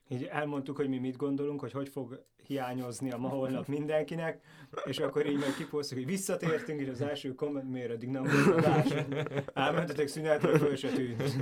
így elmondtuk, hogy mi mit gondolunk, hogy fog hiányozni a ma holnap mindenkinek, és akkor így meg kiposztjuk, hogy visszatértünk, és az első komment, miért eddig nem volt adás. Elmentetek szünetre, föl se tűnt.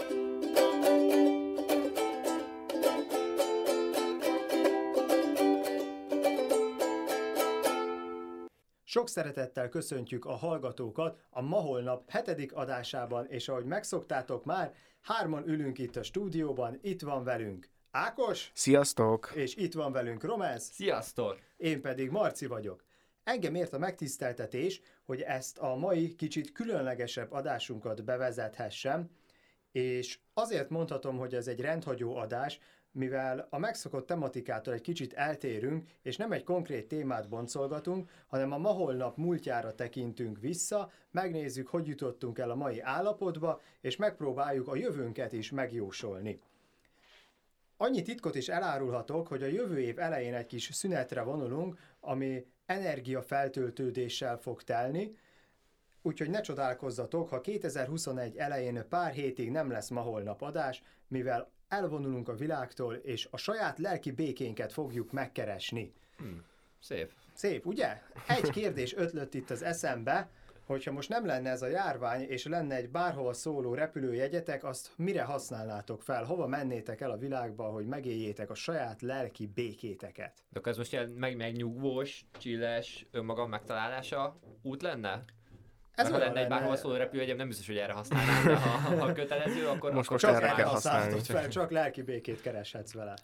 Sok szeretettel köszöntjük a hallgatókat a Ma Holnap 7. adásában, és ahogy megszoktátok már, 3-an ülünk itt a stúdióban, itt van velünk Ákos. Sziasztok! És itt van velünk Romesz. Sziasztok! Én pedig Marci vagyok. Engem ért a megtiszteltetés, hogy ezt a mai kicsit különlegesebb adásunkat bevezethessem, és azért mondhatom, hogy ez egy rendhagyó adás, mivel a megszokott tematikától egy kicsit eltérünk, és nem egy konkrét témát boncolgatunk, hanem a ma holnap múltjára tekintünk vissza, megnézzük, hogy jutottunk el a mai állapotba, és megpróbáljuk a jövőnket is megjósolni. Annyi titkot is elárulhatok, hogy a jövő év elején egy kis szünetre vonulunk, ami energiafeltöltődéssel fog telni, úgyhogy ne csodálkozzatok, ha 2021 elején pár hétig nem lesz ma holnap adás, mivel elvonulunk a világtól, és a saját lelki békénket fogjuk megkeresni. Szép. Szép, ugye? Egy kérdés ötlött itt az eszembe, hogyha most nem lenne ez a járvány, és lenne egy bárhol szóló repülőjegyetek, azt mire használnátok fel? Hova mennétek el a világba, hogy megéljétek a saját lelki békéteket? De akkor ez most ilyen megnyugvós, chilles, önmagam megtalálása út lenne? Ez ha lenne egy bárhol szóló repülőjegyem, nem biztos, hogy erre használnám, de ha kötelező, akkor... Most csak erre kell használni. Fel, csak lelki békét kereshetsz vele.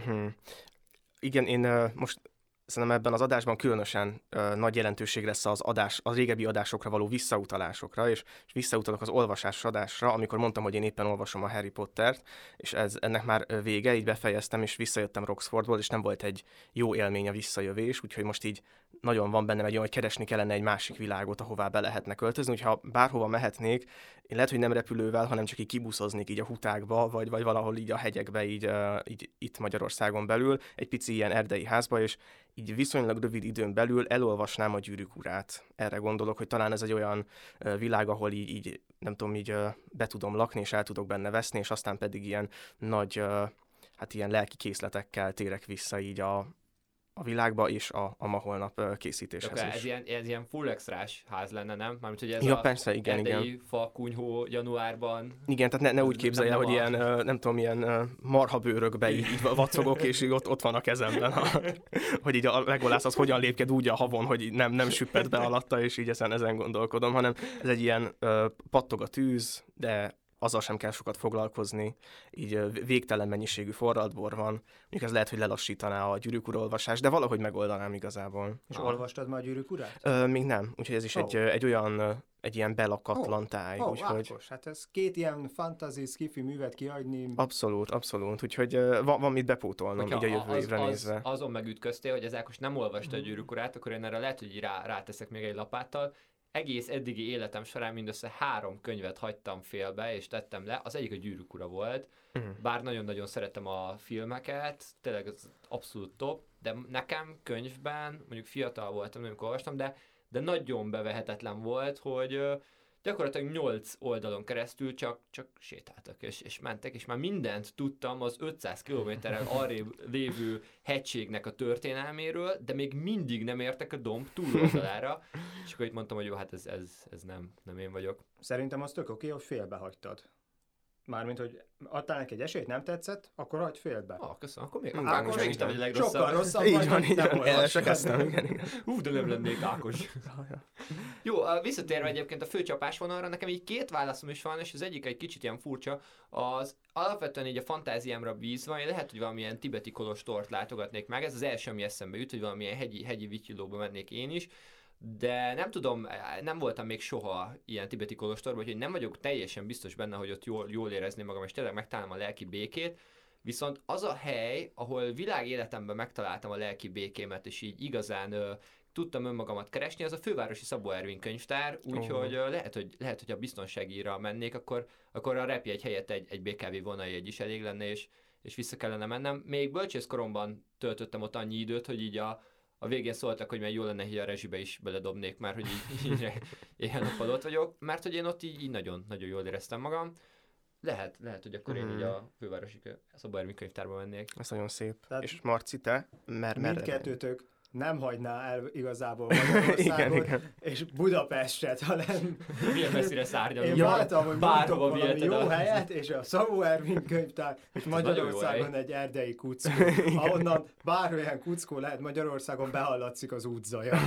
Igen, én most szerintem ebben az adásban különösen nagy jelentőség lesz az régebbi adásokra való visszautalásokra, és visszautalok az olvasásos adásra, amikor mondtam, hogy én éppen olvasom a Harry Pottert, és ennek már vége, így befejeztem, és visszajöttem Roxfordból, és nem volt egy jó élmény a visszajövés, úgyhogy most így nagyon van bennem egy olyan, hogy keresni kellene egy másik világot, ahová be lehetne költözni, úgyha bárhova mehetnék, én lehet, hogy nem repülővel, hanem csak így kibuszoznék így a hutákba, vagy valahol így a hegyekbe, így itt Magyarországon belül, egy pici ilyen erdei házba, és így viszonylag rövid időn belül elolvasnám a Gyűrűk urát. Erre gondolok, hogy talán ez egy olyan világ, ahol így nem tudom, így be tudom lakni, és el tudok benne veszni, és aztán pedig ilyen nagy, ilyen lelki készletekkel térek vissza így a világba és a ma holnap készítéshez is. Ez ilyen full extrás ház lenne, nem? Mármint, hogy ez ja, persze, igen, erdei fakunyhó januárban. Igen, tehát ne úgy képzelje, hogy ilyen, nem tudom, ilyen marhabőrökbe így vacogok, és így ott van a kezemben, hogy így a Legolász az hogyan lépked úgy a havon, hogy nem süpped be alatta, és így ezen gondolkodom, hanem ez egy ilyen pattog a tűz, de azzal sem kell sokat foglalkozni, így végtelen mennyiségű forralt bor van, mondjuk ez lehet, hogy lelassítaná a Gyűrűk ura olvasást, de valahogy megoldanám igazából. És olvastad már a Gyűrűk urát? Még nem, úgyhogy ez is egy olyan, egy ilyen belakatlan táj. Úgyhogy... Hát ez két ilyen fantasy sci-fi művet kiadni. Abszolút, úgyhogy van mit bepótolnom így a jövő évre nézve. Azon megütköztél, hogy az Ákos nem olvasta a Gyűrűk urát, akkor én erre lehet, hogy ráteszek még egy lapáttal. Egész eddigi életem során mindössze 3 könyvet hagytam félbe, és tettem le. Az egyik a Gyűrűk ura volt, bár nagyon-nagyon szeretem a filmeket, tényleg ez abszolút top, de nekem könyvben, mondjuk fiatal voltam, nem olvastam, de nagyon bevehetetlen volt, hogy gyakorlatilag 8 oldalon keresztül csak sétáltak és mentek, és már mindent tudtam az 500 kilométerrel arrébb lévő hegységnek a történelméről, de még mindig nem értek a domb túloldalára, és akkor itt mondtam, hogy jó, hát ez nem én vagyok. Szerintem az tök oké, hogy félbehagytad. Mármint, hogy adtál neki egy esélyt, nem tetszett, akkor hagyd félbe. Köszönöm, akkor még Ákos mégis nem vagy a legrosszabb. Sokkal rosszabb így van, elsekeztem, igen. De nem lennék Ákos. Jó, visszatérve egyébként a főcsapásvonalra, nekem így 2 válaszom is van, és az egyik egy kicsit ilyen furcsa, az alapvetően így a fantáziámra bízva, én lehet, hogy valamilyen tibeti kolostort látogatnék meg, ez az első, ami eszembe jut, hogy valamilyen hegyi vityilóba mennék én is, de nem tudom, nem voltam még soha ilyen tibeti kolostorban, úgyhogy nem vagyok teljesen biztos benne, hogy ott jól érezném magam, és tényleg megtalálom a lelki békét, viszont az a hely, ahol világéletemben megtaláltam a lelki békémet, és így igazán tudtam önmagamat keresni, az a Fővárosi Szabó Ervin könyvtár, úgyhogy lehet, hogy a biztonságíra mennék, akkor a repjegy helyett egy BKV vonaljegy is elég lenne, és vissza kellene mennem. Még bölcsészkoromban töltöttem ott annyi időt, hogy így a végén szóltak, hogy már jó lenne, hogy a rezsibe is beledobnék már, hogy így éjjel-nappal ott vagyok, mert hogy én ott így nagyon, nagyon jól éreztem magam. Lehet, hogy akkor én így a fővárosi Szabó Ervin könyvtárba mennék. Ez nagyon szép. Tehát és Marci, te? Mindkettőtök nem hagyná el igazából Magyarországot igen. és Budapestet, hanem Milyen messzire szárnyalunk. én vártam, hogy mondtok bárhova valami viheted jó a... helyet, és a Szabó Ervin könyvtár, és Magyarországon egy erdei kuckó, ahonnan bármilyen kuckó lehet Magyarországon, behallatszik az útzaja.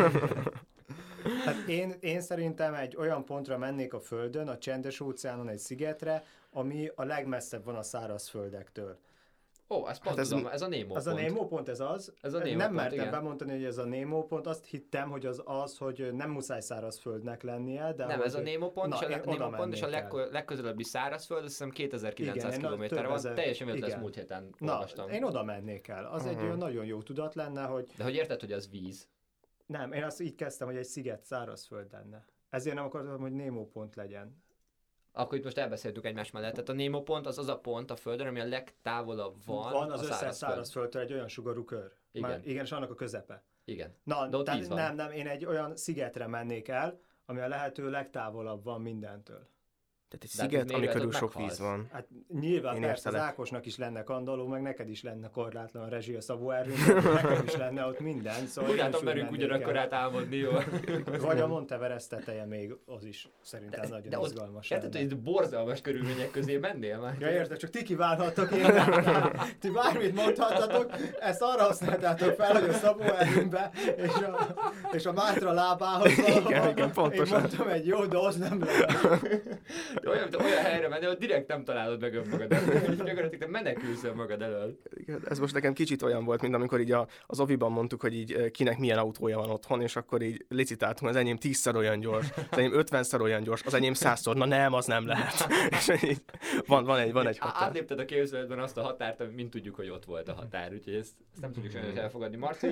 Hát én szerintem egy olyan pontra mennék a Földön, a csendes óceánon egy szigetre, ami a legmesszebb van a szárazföldektől. Ó, ez pont tudom, ez a Nemo Az pont. a Nemo pont, ez az. Ez a Nemo nem pont, mertem igen. bemondani, hogy ez a Nemo pont. Azt hittem, hogy az, hogy nem muszáj szárazföldnek lennie, de... Nem, ez a Nemo pont, Na, és a, Nemo pont, és a mennék el. legközelebbi szárazföld, azt hiszem 2900 Igen, kilométerre több van, ezer- teljesen véletlen, ezt igen. múlt héten Na, olvastam. én oda mennék el. Az egy olyan nagyon jó tudat lenne, hogy... De hogy érted, hogy az víz? Nem, én azt így kezdtem, hogy egy sziget szárazföld lenne. Ezért nem akartam, hogy Nemo pont legyen. Akkor itt most elbeszéltük egymás mellett. Tehát a Nemo pont az a pont a Földön, ami a legtávolabb van az a összes szárazföld. szárazföldtől egy olyan sugarú kör. Igen. Igen, és annak a közepe. Igen. Na, De ott víz van. nem, én egy olyan szigetre mennék el, ami a lehető legtávolabb van mindentől. Tehát egy De hát sziget, ez ami még körül lehet, sok hogy víz meghalsz. van. Hát nyilván Én persze az értelek. Ákosnak is lenne kandalló, meg neked is lenne korlátlan a rezsi a Szabó Ervinnek, nekem is lenne ott minden. Szóval Úgy én látom, is úgy merünk mennék ugyanakkor el. átálmodni, jó? Vagy a Monteverest teteje még, az is szerintem nagyon De ott, izgalmas érted, hogy lenne. itt borzalmas körülmények közé mennél már? Ja, érted, csak ti kívánhattok, én nem. Ti bármit mondhatatok, ezt arra használtátok fel, hogy a Szabó Ervinbe és a Mátra lábához valahol. Igen, pontosan. Én mondtam, egy jó doz nem lehet. Olyan helyre menni, hogy direkt nem találod meg önmagadat. Gyakorlatilag te menekülsz magad elől. Igen, ez most nekem kicsit olyan volt, mint amikor így az oviban mondtuk, hogy így kinek milyen autója van otthon, és akkor így licitáltunk, az enyém 10-szer olyan gyors, az enyém 50-szer olyan gyors, az enyém 100-szor, na nem, az nem lehet. És így van egy határ. Átlépted a képzeletben azt a határt, amit mind tudjuk, hogy ott volt a határ, úgyhogy ezt nem tudjuk sajnos elfogadni, Marci.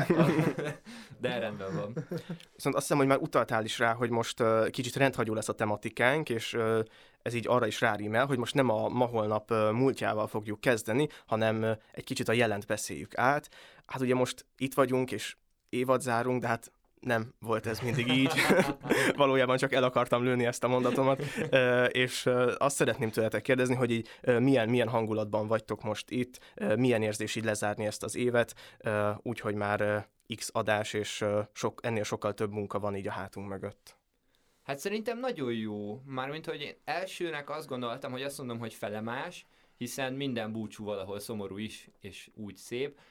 De rendben van. Viszont azt hiszem, hogy már utaltál is rá, hogy most kicsit rendhagyó lesz a tematikánk, és ez így arra is rárímel, hogy most nem a ma-holnap múltjával fogjuk kezdeni, hanem egy kicsit a jelent beszéljük át. Hát ugye most itt vagyunk, és évad zárunk, de hát nem volt ez mindig így. Valójában csak el akartam lőni ezt a mondatomat, és azt szeretném tőletek kérdezni, hogy így milyen hangulatban vagytok most itt, milyen érzés így lezárni ezt az évet, úgyhogy már X adás, és ennél sokkal több munka van így a hátunk mögött. Hát szerintem nagyon jó. Mármint, hogy én elsőnek azt gondoltam, hogy azt mondom, hogy felemás, hiszen minden búcsú valahol szomorú is, és úgy szép,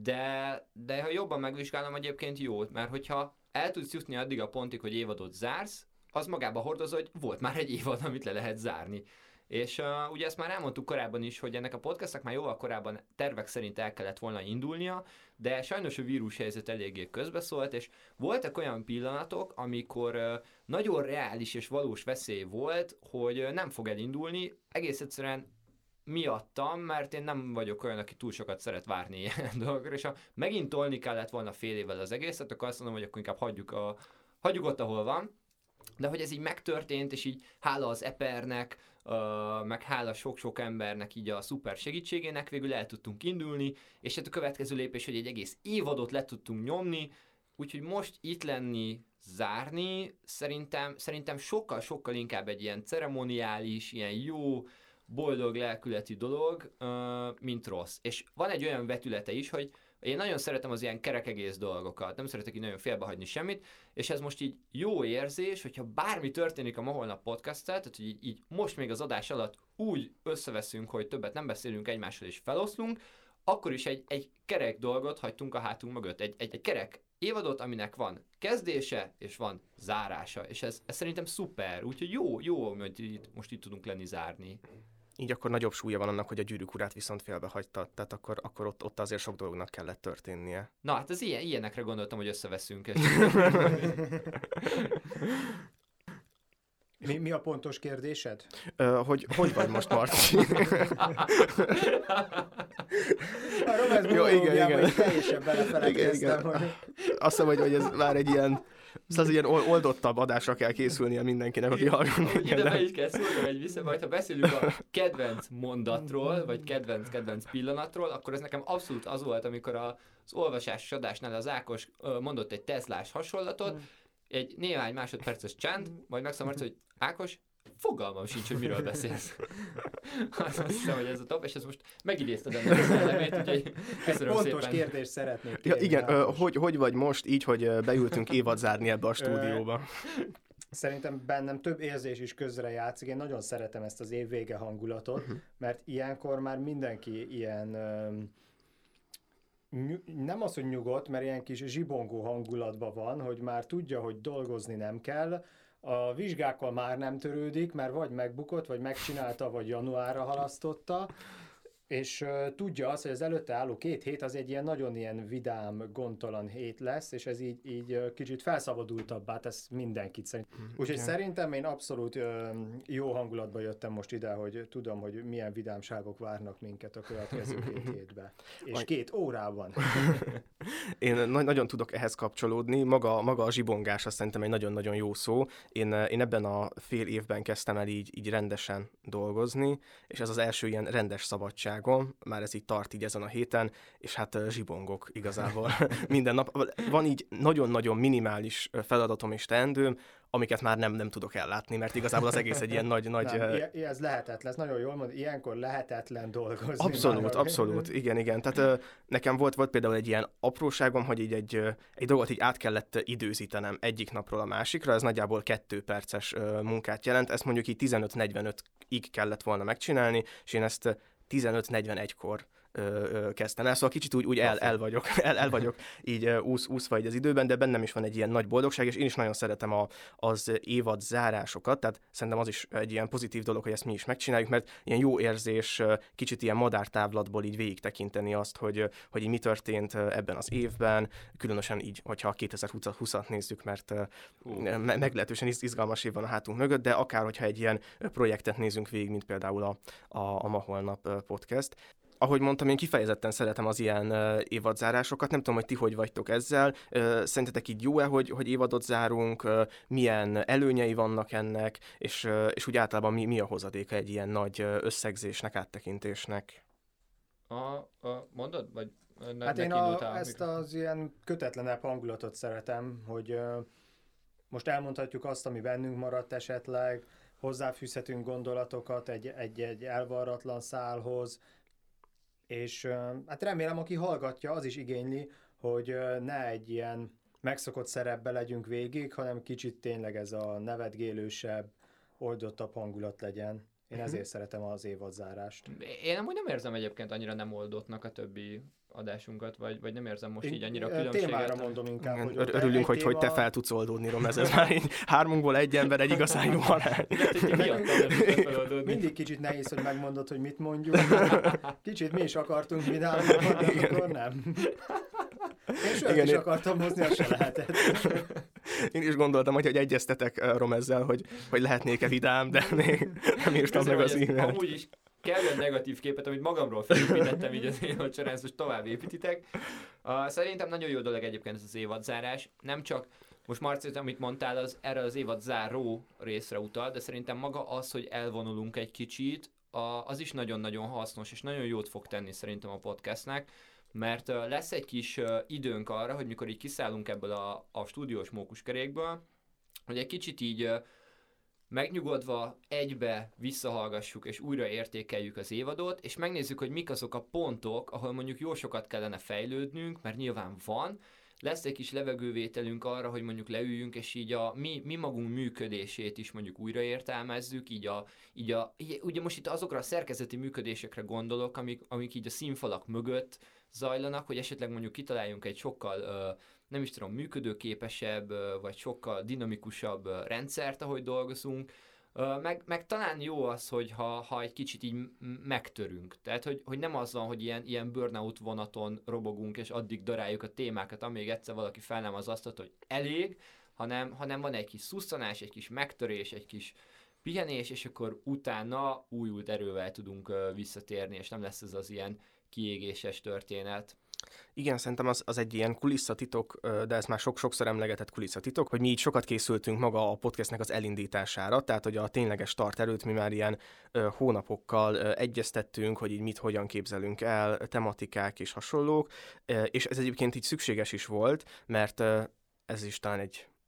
de ha jobban megvizsgálom, egyébként jó, mert hogyha el tudsz jutni addig a pontig, hogy évadot zársz, az magába hordozza, hogy volt már egy évad, amit le lehet zárni. És ugye ezt már elmondtuk korábban is, hogy ennek a podcastnak már jóval korábban tervek szerint el kellett volna indulnia, de sajnos a vírushelyzet eléggé közbeszólt, és voltak olyan pillanatok, amikor nagyon reális és valós veszély volt, hogy nem fog elindulni, egész egyszerűen miattam, mert én nem vagyok olyan, aki túl sokat szeret várni ilyen dolgokra, és ha megint tolni kellett volna fél évvel az egészet, akkor azt mondom, hogy akkor inkább hagyjuk ott, ahol van, de hogy ez így megtörtént, és így hála az Epernek, meg hála sok-sok embernek így a szuper segítségének végül el tudtunk indulni, és hát a következő lépés, hogy egy egész évadot le tudtunk nyomni, úgyhogy most itt lenni, zárni, szerintem sokkal inkább egy ilyen ceremoniális, ilyen jó, boldog lelkületi dolog, mint rossz. És van egy olyan vetülete is, hogy én nagyon szeretem az ilyen kerek egész dolgokat, nem szeretek így nagyon félbehagyni semmit, és ez most így jó érzés, hogyha bármi történik a ma holnap podcasttel, tehát hogy így most még az adás alatt úgy összeveszünk, hogy többet nem beszélünk egymással és feloszlunk, akkor is egy kerek dolgot hagytunk a hátunk mögött. Egy kerek évadot, aminek van kezdése és van zárása, és ez szerintem szuper, úgyhogy jó, hogy most itt tudunk lenni zárni. Így akkor nagyobb súlya van annak, hogy a Gyűrűk urát viszont félbehagytad, tehát akkor ott azért sok dolognak kellett történnie. Na hát az ilyenekre gondoltam, hogy összeveszünk. És... Mi a pontos kérdésed? Hogy vagy most, Marci? A Robert monológiában teljesen belefeledkeztem, hogy... Azt hiszem, hogy ez már egy ilyen, szóval ilyen oldottabb adásra kell készülnie mindenkinek, aki hallgat. Ide be is kell szólnom egy vissza, majd ha beszélünk a kedvenc mondatról, vagy kedvenc pillanatról, akkor ez nekem abszolút az volt, amikor az olvasásos adásnál az Ákos mondott egy Teslás hasonlatot, egy néhány másodperces csend, majd megszólalt, hogy Ákos, Fogalmam sincs, hogy miről beszélsz. Azt hiszem, hogy ez a top, és ez most megidézted ennek a szellemét, úgyhogy köszönöm Pontos szépen. kérdést szeretnék Ja, kérni. igen, hogy vagy most így, hogy beültünk évadzárni ebbe a stúdióba? Szerintem bennem több érzés is közre játszik. Én nagyon szeretem ezt az évvége hangulatot, mert ilyenkor már mindenki ilyen, nem az, hogy nyugodt, mert ilyen kis zsibongó hangulatban van, hogy már tudja, hogy dolgozni nem kell, a vizsgákkal már nem törődik, mert vagy megbukott, vagy megcsinálta, vagy januárra halasztotta, és tudja azt, hogy az előtte álló 2 hét az egy ilyen nagyon ilyen vidám, gondtalan hét lesz, és ez így kicsit felszabadultabbá tesz mindenkit szerint. Úgyhogy szerintem én abszolút jó hangulatba jöttem most ide, hogy tudom, hogy milyen vidámságok várnak minket a következő 2 hétben. És 2 órában. Én nagyon tudok ehhez kapcsolódni. Maga a zsibongás azt szerintem egy nagyon-nagyon jó szó. Én ebben a fél évben kezdtem el így rendesen dolgozni, és ez az első ilyen rendes szabadság. Már ez így tart így ezen a héten, és hát zsibongok igazából minden nap. Van így nagyon-nagyon minimális feladatom és teendőm, amiket már nem tudok ellátni, mert igazából az egész egy ilyen nagy... Ez lehetetlen, ez nagyon jól mond, ilyenkor lehetetlen dolgozni. Abszolút, igen. Tehát nekem volt például egy ilyen apróságom, hogy így egy dolgot így át kellett időzítenem egyik napról a másikra, ez nagyjából 2 perces munkát jelent, ezt mondjuk így 15-45-ig kellett volna megcsinálni, és én ezt 15:41-kor kezdtem el, szóval kicsit úgy el vagyok így úszva így az időben, de bennem is van egy ilyen nagy boldogság, és én is nagyon szeretem az évad zárásokat, tehát szerintem az is egy ilyen pozitív dolog, hogy ezt mi is megcsináljuk, mert ilyen jó érzés kicsit ilyen madártávlatból így végig tekinteni azt, hogy így mi történt ebben az évben, különösen így, hogyha a 2020-at nézzük, mert meglehetősen izgalmas év van a hátunk mögött, de akár hogyha egy ilyen projektet nézünk végig, mint például a Ma Holnap podcast. Ahogy mondtam, én kifejezetten szeretem az ilyen évadzárásokat, nem tudom, hogy ti hogy vagytok ezzel, szerintetek így jó-e, hogy évadot zárunk, milyen előnyei vannak ennek, és úgy általában mi a hozadéka egy ilyen nagy összegzésnek, áttekintésnek? Mondod? Vagy hát én ezt az ilyen kötetlenebb hangulatot szeretem, hogy most elmondhatjuk azt, ami bennünk maradt esetleg, hozzáfűzhetünk gondolatokat egy elvarratlan szálhoz, és hát remélem, aki hallgatja, az is igényli, hogy ne egy ilyen megszokott szerepbe legyünk végig, hanem kicsit tényleg ez a nevetgélősebb, oldottabb hangulat legyen. Én ezért szeretem az évadzárást. Én amúgy nem érzem egyébként annyira nem oldottnak a többi adásunkat, vagy nem érzem most így annyira különbséget. Témára mondom inkább, hogy örülünk, hogy te fel tudsz oldódni, Rom, ez már így 3-ból 1 ember, egy igazán jó arány. Mindig kicsit nehéz, hogy megmondod, hogy mit mondjuk. Kicsit mi is akartunk vidámban, de akkor nem. Én sört is akartam hozni, az se lehetett. Én is gondoltam, hogy egyeztetek, Rom, ezzel, hogy lehetnék-e vidám, de még nem írtam meg az e-mailt. Amúgy is kellően negatív képet, amit magamról felépítettem így az évad során, ezt most tovább építitek. Szerintem nagyon jó dolog egyébként ez az évadzárás. Nem csak, most Marci, amit mondtál, az erre az évadzáró részre utal, de szerintem maga az, hogy elvonulunk egy kicsit, az is nagyon-nagyon hasznos, és nagyon jót fog tenni szerintem a podcastnek, mert lesz egy kis időnk arra, hogy mikor így kiszállunk ebből a stúdiós mókuskerékből, hogy egy kicsit így megnyugodva egybe visszahallgassuk és újra értékeljük az évadot, és megnézzük, hogy mik azok a pontok, ahol mondjuk jó sokat kellene fejlődnünk, mert nyilván van. Lesz egy kis levegővételünk arra, hogy mondjuk leüljünk, és így a mi magunk működését is mondjuk újraértelmezzük, ugye most itt azokra a szerkezeti működésekre gondolok, amik így a színfalak mögött zajlanak, hogy esetleg mondjuk kitaláljunk egy sokkal nem is tudom, működőképesebb, vagy sokkal dinamikusabb rendszert, ahogy dolgozunk, meg talán jó az, hogy ha egy kicsit így megtörünk. Tehát, hogy nem az van, hogy ilyen burnout vonaton robogunk, és addig daráljuk a témákat, amíg egyszer valaki fel nem az asztalt, hogy elég, hanem van egy kis szusszanás, egy kis megtörés, egy kis pihenés, és akkor utána újult erővel tudunk visszatérni, és nem lesz ez az ilyen kiégéses történet. Igen, szerintem az egy ilyen kulisszatitok, de ez már sokszor emlegetett kulisszatitok, hogy mi így sokat készültünk maga a podcastnek az elindítására, tehát hogy a tényleges start előtt mi már ilyen hónapokkal egyeztettünk, hogy így mit hogyan képzelünk el, tematikák és hasonlók, és ez egyébként így szükséges is volt, mert ez is talán egy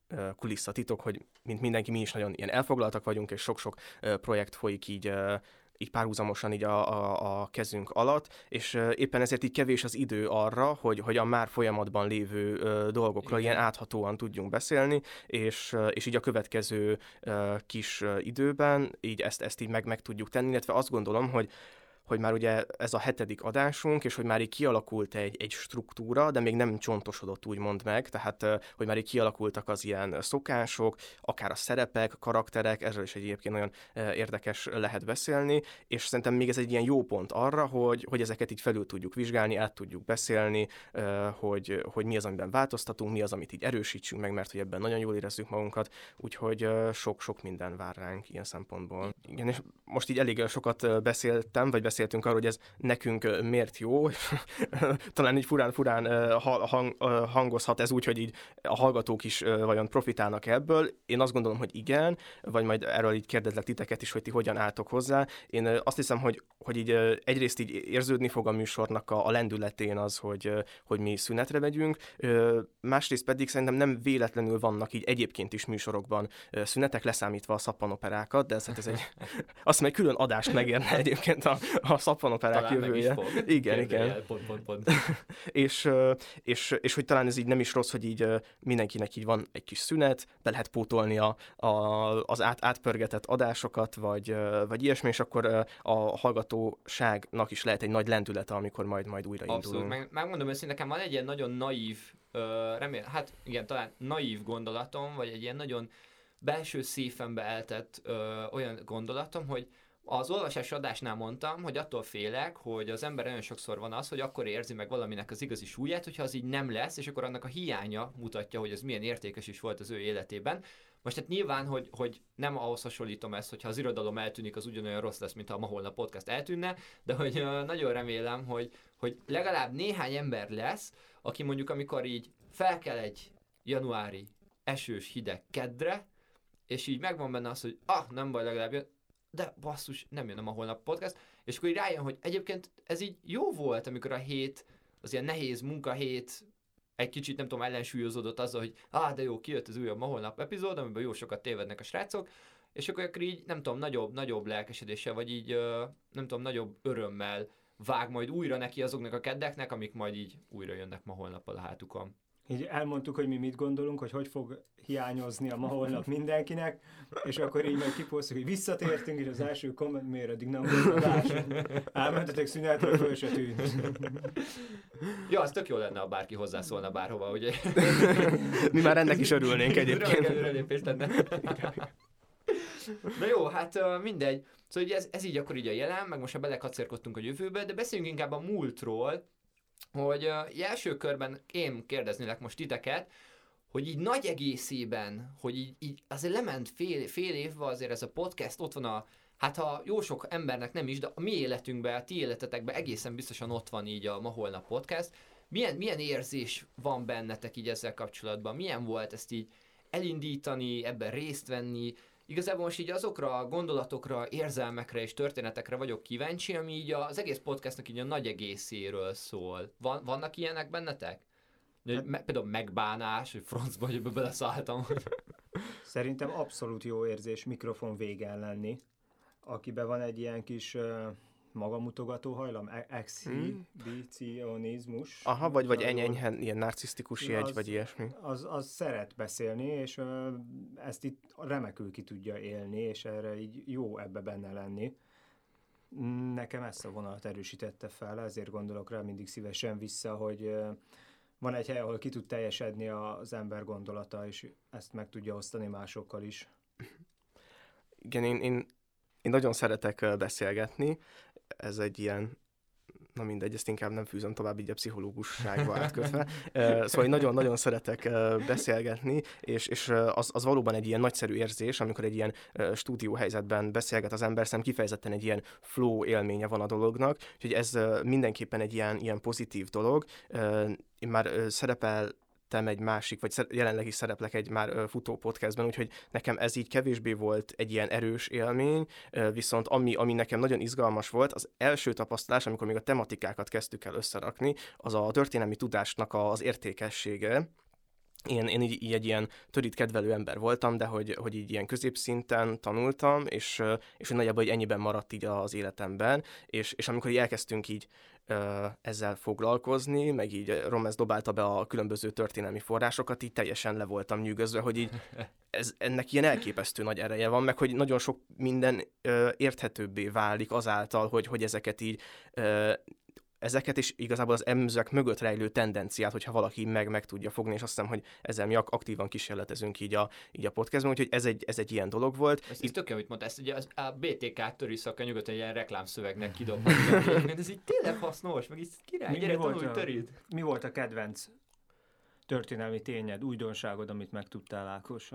kulisszatitok, hogy mint mindenki, mi is nagyon ilyen elfoglaltak vagyunk, és sok-sok projekt folyik így párhuzamosan így a kezünk alatt, és éppen ezért így kevés az idő arra, hogy a már folyamatban lévő dolgokról ilyen áthatóan tudjunk beszélni, és így a következő kis időben így ezt így meg tudjuk tenni, illetve azt gondolom, hogy már ugye ez a 7. adásunk, és hogy már így kialakult egy struktúra, de még nem csontosodott úgymond meg, tehát hogy már így kialakultak az ilyen szokások, akár a szerepek, karakterek, erről is egyébként nagyon érdekes lehet beszélni, és szerintem még ez egy ilyen jó pont arra, hogy ezeket így felül tudjuk vizsgálni, át tudjuk beszélni, hogy mi az, amiben változtatunk, mi az, amit így erősítsünk meg, mert hogy ebben nagyon jól érezzük magunkat, úgyhogy sok-sok minden vár ránk ilyen szempontból. Igen, és most így elég sokat beszéltem, vagy beszéltünk arról, hogy ez nekünk miért jó. Talán így furán hangozhat ez úgy, hogy így a hallgatók is vajon profitálnak ebből. Én azt gondolom, hogy igen, vagy majd erről így kérdezlek titeket is, hogy ti hogyan álltok hozzá. Én azt hiszem, hogy így egyrészt így érződni fog a műsornak a lendületén az, hogy mi szünetre megyünk. Másrészt pedig szerintem nem véletlenül vannak így egyébként is műsorokban szünetek, leszámítva a szappanoperákat, de ez egy azt hiszem, egy külön adást megérne egyébként a szappanoperák jövője. Igen. Pont. és hogy talán ez így nem is rossz, hogy így mindenkinek így van egy kis szünet, be lehet pótolni az átpörgetett adásokat, vagy ilyesmi, és akkor a hallgatóságnak is lehet egy nagy lendülete, amikor majd újra indulunk. Abszolút, megmondom őszintén, nekem van egy ilyen nagyon naív, talán naív gondolatom, vagy egy ilyen nagyon belső szívembe eltett olyan gondolatom, hogy az olvasás adásnál mondtam, hogy attól félek, hogy az ember nagyon sokszor van az, hogy akkor érzi meg valaminek az igazi súlyát, hogyha az így nem lesz, és akkor annak a hiánya mutatja, hogy ez milyen értékes is volt az ő életében. Most hát nyilván, hogy nem ahhoz hasonlítom ezt, hogyha az irodalom eltűnik, az ugyanolyan rossz lesz, mint ha a Ma Holnap Podcast eltűnne, de hogy nagyon remélem, hogy legalább néhány ember lesz, aki mondjuk amikor így felkel egy januári esős hideg keddre, és így megvan benne az, hogy nem baj, legalább jön, de basszus, nem jön a Ma Holnap Podcast, és akkor így rájön, hogy egyébként ez így jó volt, amikor a hét, az ilyen nehéz munkahét egy kicsit, nem tudom, ellensúlyozódott azzal, hogy de jó, kijött az újabb Ma Holnap epizód, amiben jó sokat tévednek a srácok, és akkor így, nem tudom, nagyobb lelkesedéssel, vagy így, nem tudom, nagyobb örömmel vág majd újra neki azoknak a keddeknek, amik majd így újra jönnek Ma Holnappal a hátukon. Így elmondtuk, hogy mi mit gondolunk, hogy fog hiányozni a Ma Holnap mindenkinek, és akkor így majd kiposztjuk, hogy visszatértünk, és az első komment, miért eddig nem volt adás. Elmentetek szünetre, föl se tűnt. Ja, az tök jó lenne, ha bárki hozzászólna bárhova, ugye? Mi már ennek is örülnénk egyébként. Előrelépés lenne. Na jó, hát mindegy. Szóval ez így akkor így a jelen, meg most belekacérkodtunk a jövőbe, de beszéljünk inkább a múltról, hogy első körben én kérdeznélek most titeket, hogy így nagy egészében, hogy így azért lement fél évvel azért ez a podcast, ott van ha jó sok embernek nem is, de a mi életünkben, a ti életetekben egészen biztosan ott van így a Ma Holnap Podcast. Milyen érzés van bennetek így ezzel kapcsolatban? Milyen volt ezt így elindítani, ebben részt venni? Igazából most így azokra a gondolatokra, érzelmekre és történetekre vagyok kíváncsi, ami így az egész podcastnak így a nagy egészéről szól. Vannak ilyenek bennetek? Például megbánás, hogy francba, hogy ebbe beleszálltam. Szerintem abszolút jó érzés mikrofon végen lenni, akiben van egy ilyen kis magamutogató hajlam, exhibicionizmus. Aha, vagy enyhen ilyen narcisztikus jegy, vagy ilyesmi. Az szeret beszélni, és ezt itt remekül ki tudja élni, és erre így jó ebbe benne lenni. Nekem ezt a vonalat erősítette fel, ezért gondolok rá mindig szívesen vissza, hogy van egy hely, ahol ki tud teljesedni az ember gondolata, és ezt meg tudja osztani másokkal is. Igen, én nagyon szeretek beszélgetni, ez egy ilyen, na mindegy, ezt inkább nem fűzöm tovább így a pszichológusságba átkötve. Szóval én nagyon-nagyon szeretek beszélgetni, és az valóban egy ilyen nagyszerű érzés, amikor egy ilyen stúdióhelyzetben beszélget az ember, szerintem kifejezetten egy ilyen flow élménye van a dolognak, úgyhogy ez mindenképpen egy ilyen pozitív dolog. Én már szerepeltem egy másik, vagy jelenleg is szereplek egy már futó podcastben, úgyhogy nekem ez így kevésbé volt egy ilyen erős élmény, viszont ami nekem nagyon izgalmas volt, az első tapasztalás, amikor még a tematikákat kezdtük el összerakni, az a történelmi tudásnak az értékessége, én így egy ilyen törít kedvelő ember voltam, de hogy így ilyen középszinten tanultam, és nagyjából hogy ennyiben maradt így az életemben, és amikor így elkezdtünk így ezzel foglalkozni, meg így Romez dobálta be a különböző történelmi forrásokat, így teljesen le voltam nyűgözve, hogy így ennek ilyen elképesztő nagy ereje van, meg hogy nagyon sok minden érthetőbbé válik azáltal, hogy ezeket így ezeket is igazából az emzők mögött rejlő tendenciát, hogyha valaki meg tudja fogni, és azt hiszem, hogy ezzel mi aktívan kísérletezünk így a podcastban, úgyhogy ez egy ilyen dolog volt. Ez tök jó, amit mondta, ezt ugye a BTK törésszakra nyugodtan egy ilyen reklámszövegnek kidobhatja. Ez így tényleg hasznos, meg így király, gyere tanulj törít. Mi volt a kedvenc történelmi tényed, újdonságod, amit megtudtál, Ákos?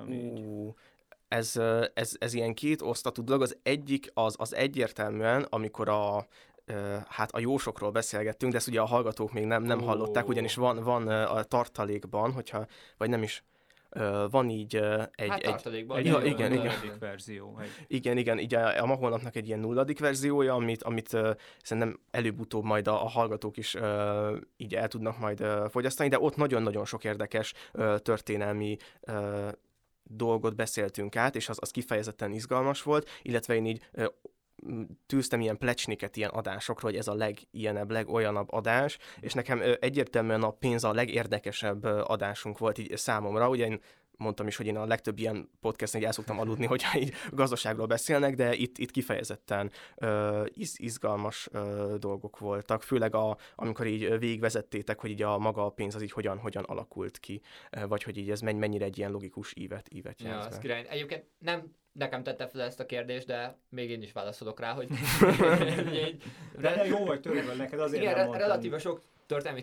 Ez ilyen két osztatú dolog. Az egyik az egyértelműen, amikor a jósokról beszélgettünk, de ezt ugye a hallgatók még nem hallották, ugyanis van a tartalékban, vagy nem is, van így egy tartalékban. Igen. Verzió. Igen, így a ma holnapnak egy ilyen 0. verziója, amit szerintem előbb-utóbb majd a hallgatók is így el tudnak majd fogyasztani, de ott nagyon-nagyon sok érdekes történelmi dolgot beszéltünk át, és az kifejezetten izgalmas volt, illetve én így tűztem ilyen plecsniket ilyen adásokról, hogy ez a legilyenebb, legolyanabb adás, és nekem egyértelműen a pénz a legérdekesebb adásunk volt így számomra. Ugye én mondtam is, hogy én a legtöbb ilyen podcastnél el szoktam aludni, hogyha így gazdaságról beszélnek, de itt kifejezetten izgalmas dolgok voltak, főleg amikor így végigvezettétek, hogy így maga a pénz az így hogyan alakult ki, vagy hogy így ez mennyire egy ilyen logikus ívet jelent. Ja, az király. Egyébként nem nekem tette fel ezt a kérdést, de még én is válaszolok rá, hogy... de jó vagy törvényben, neked azért igen, nem mondtam. relatíve sok történelmi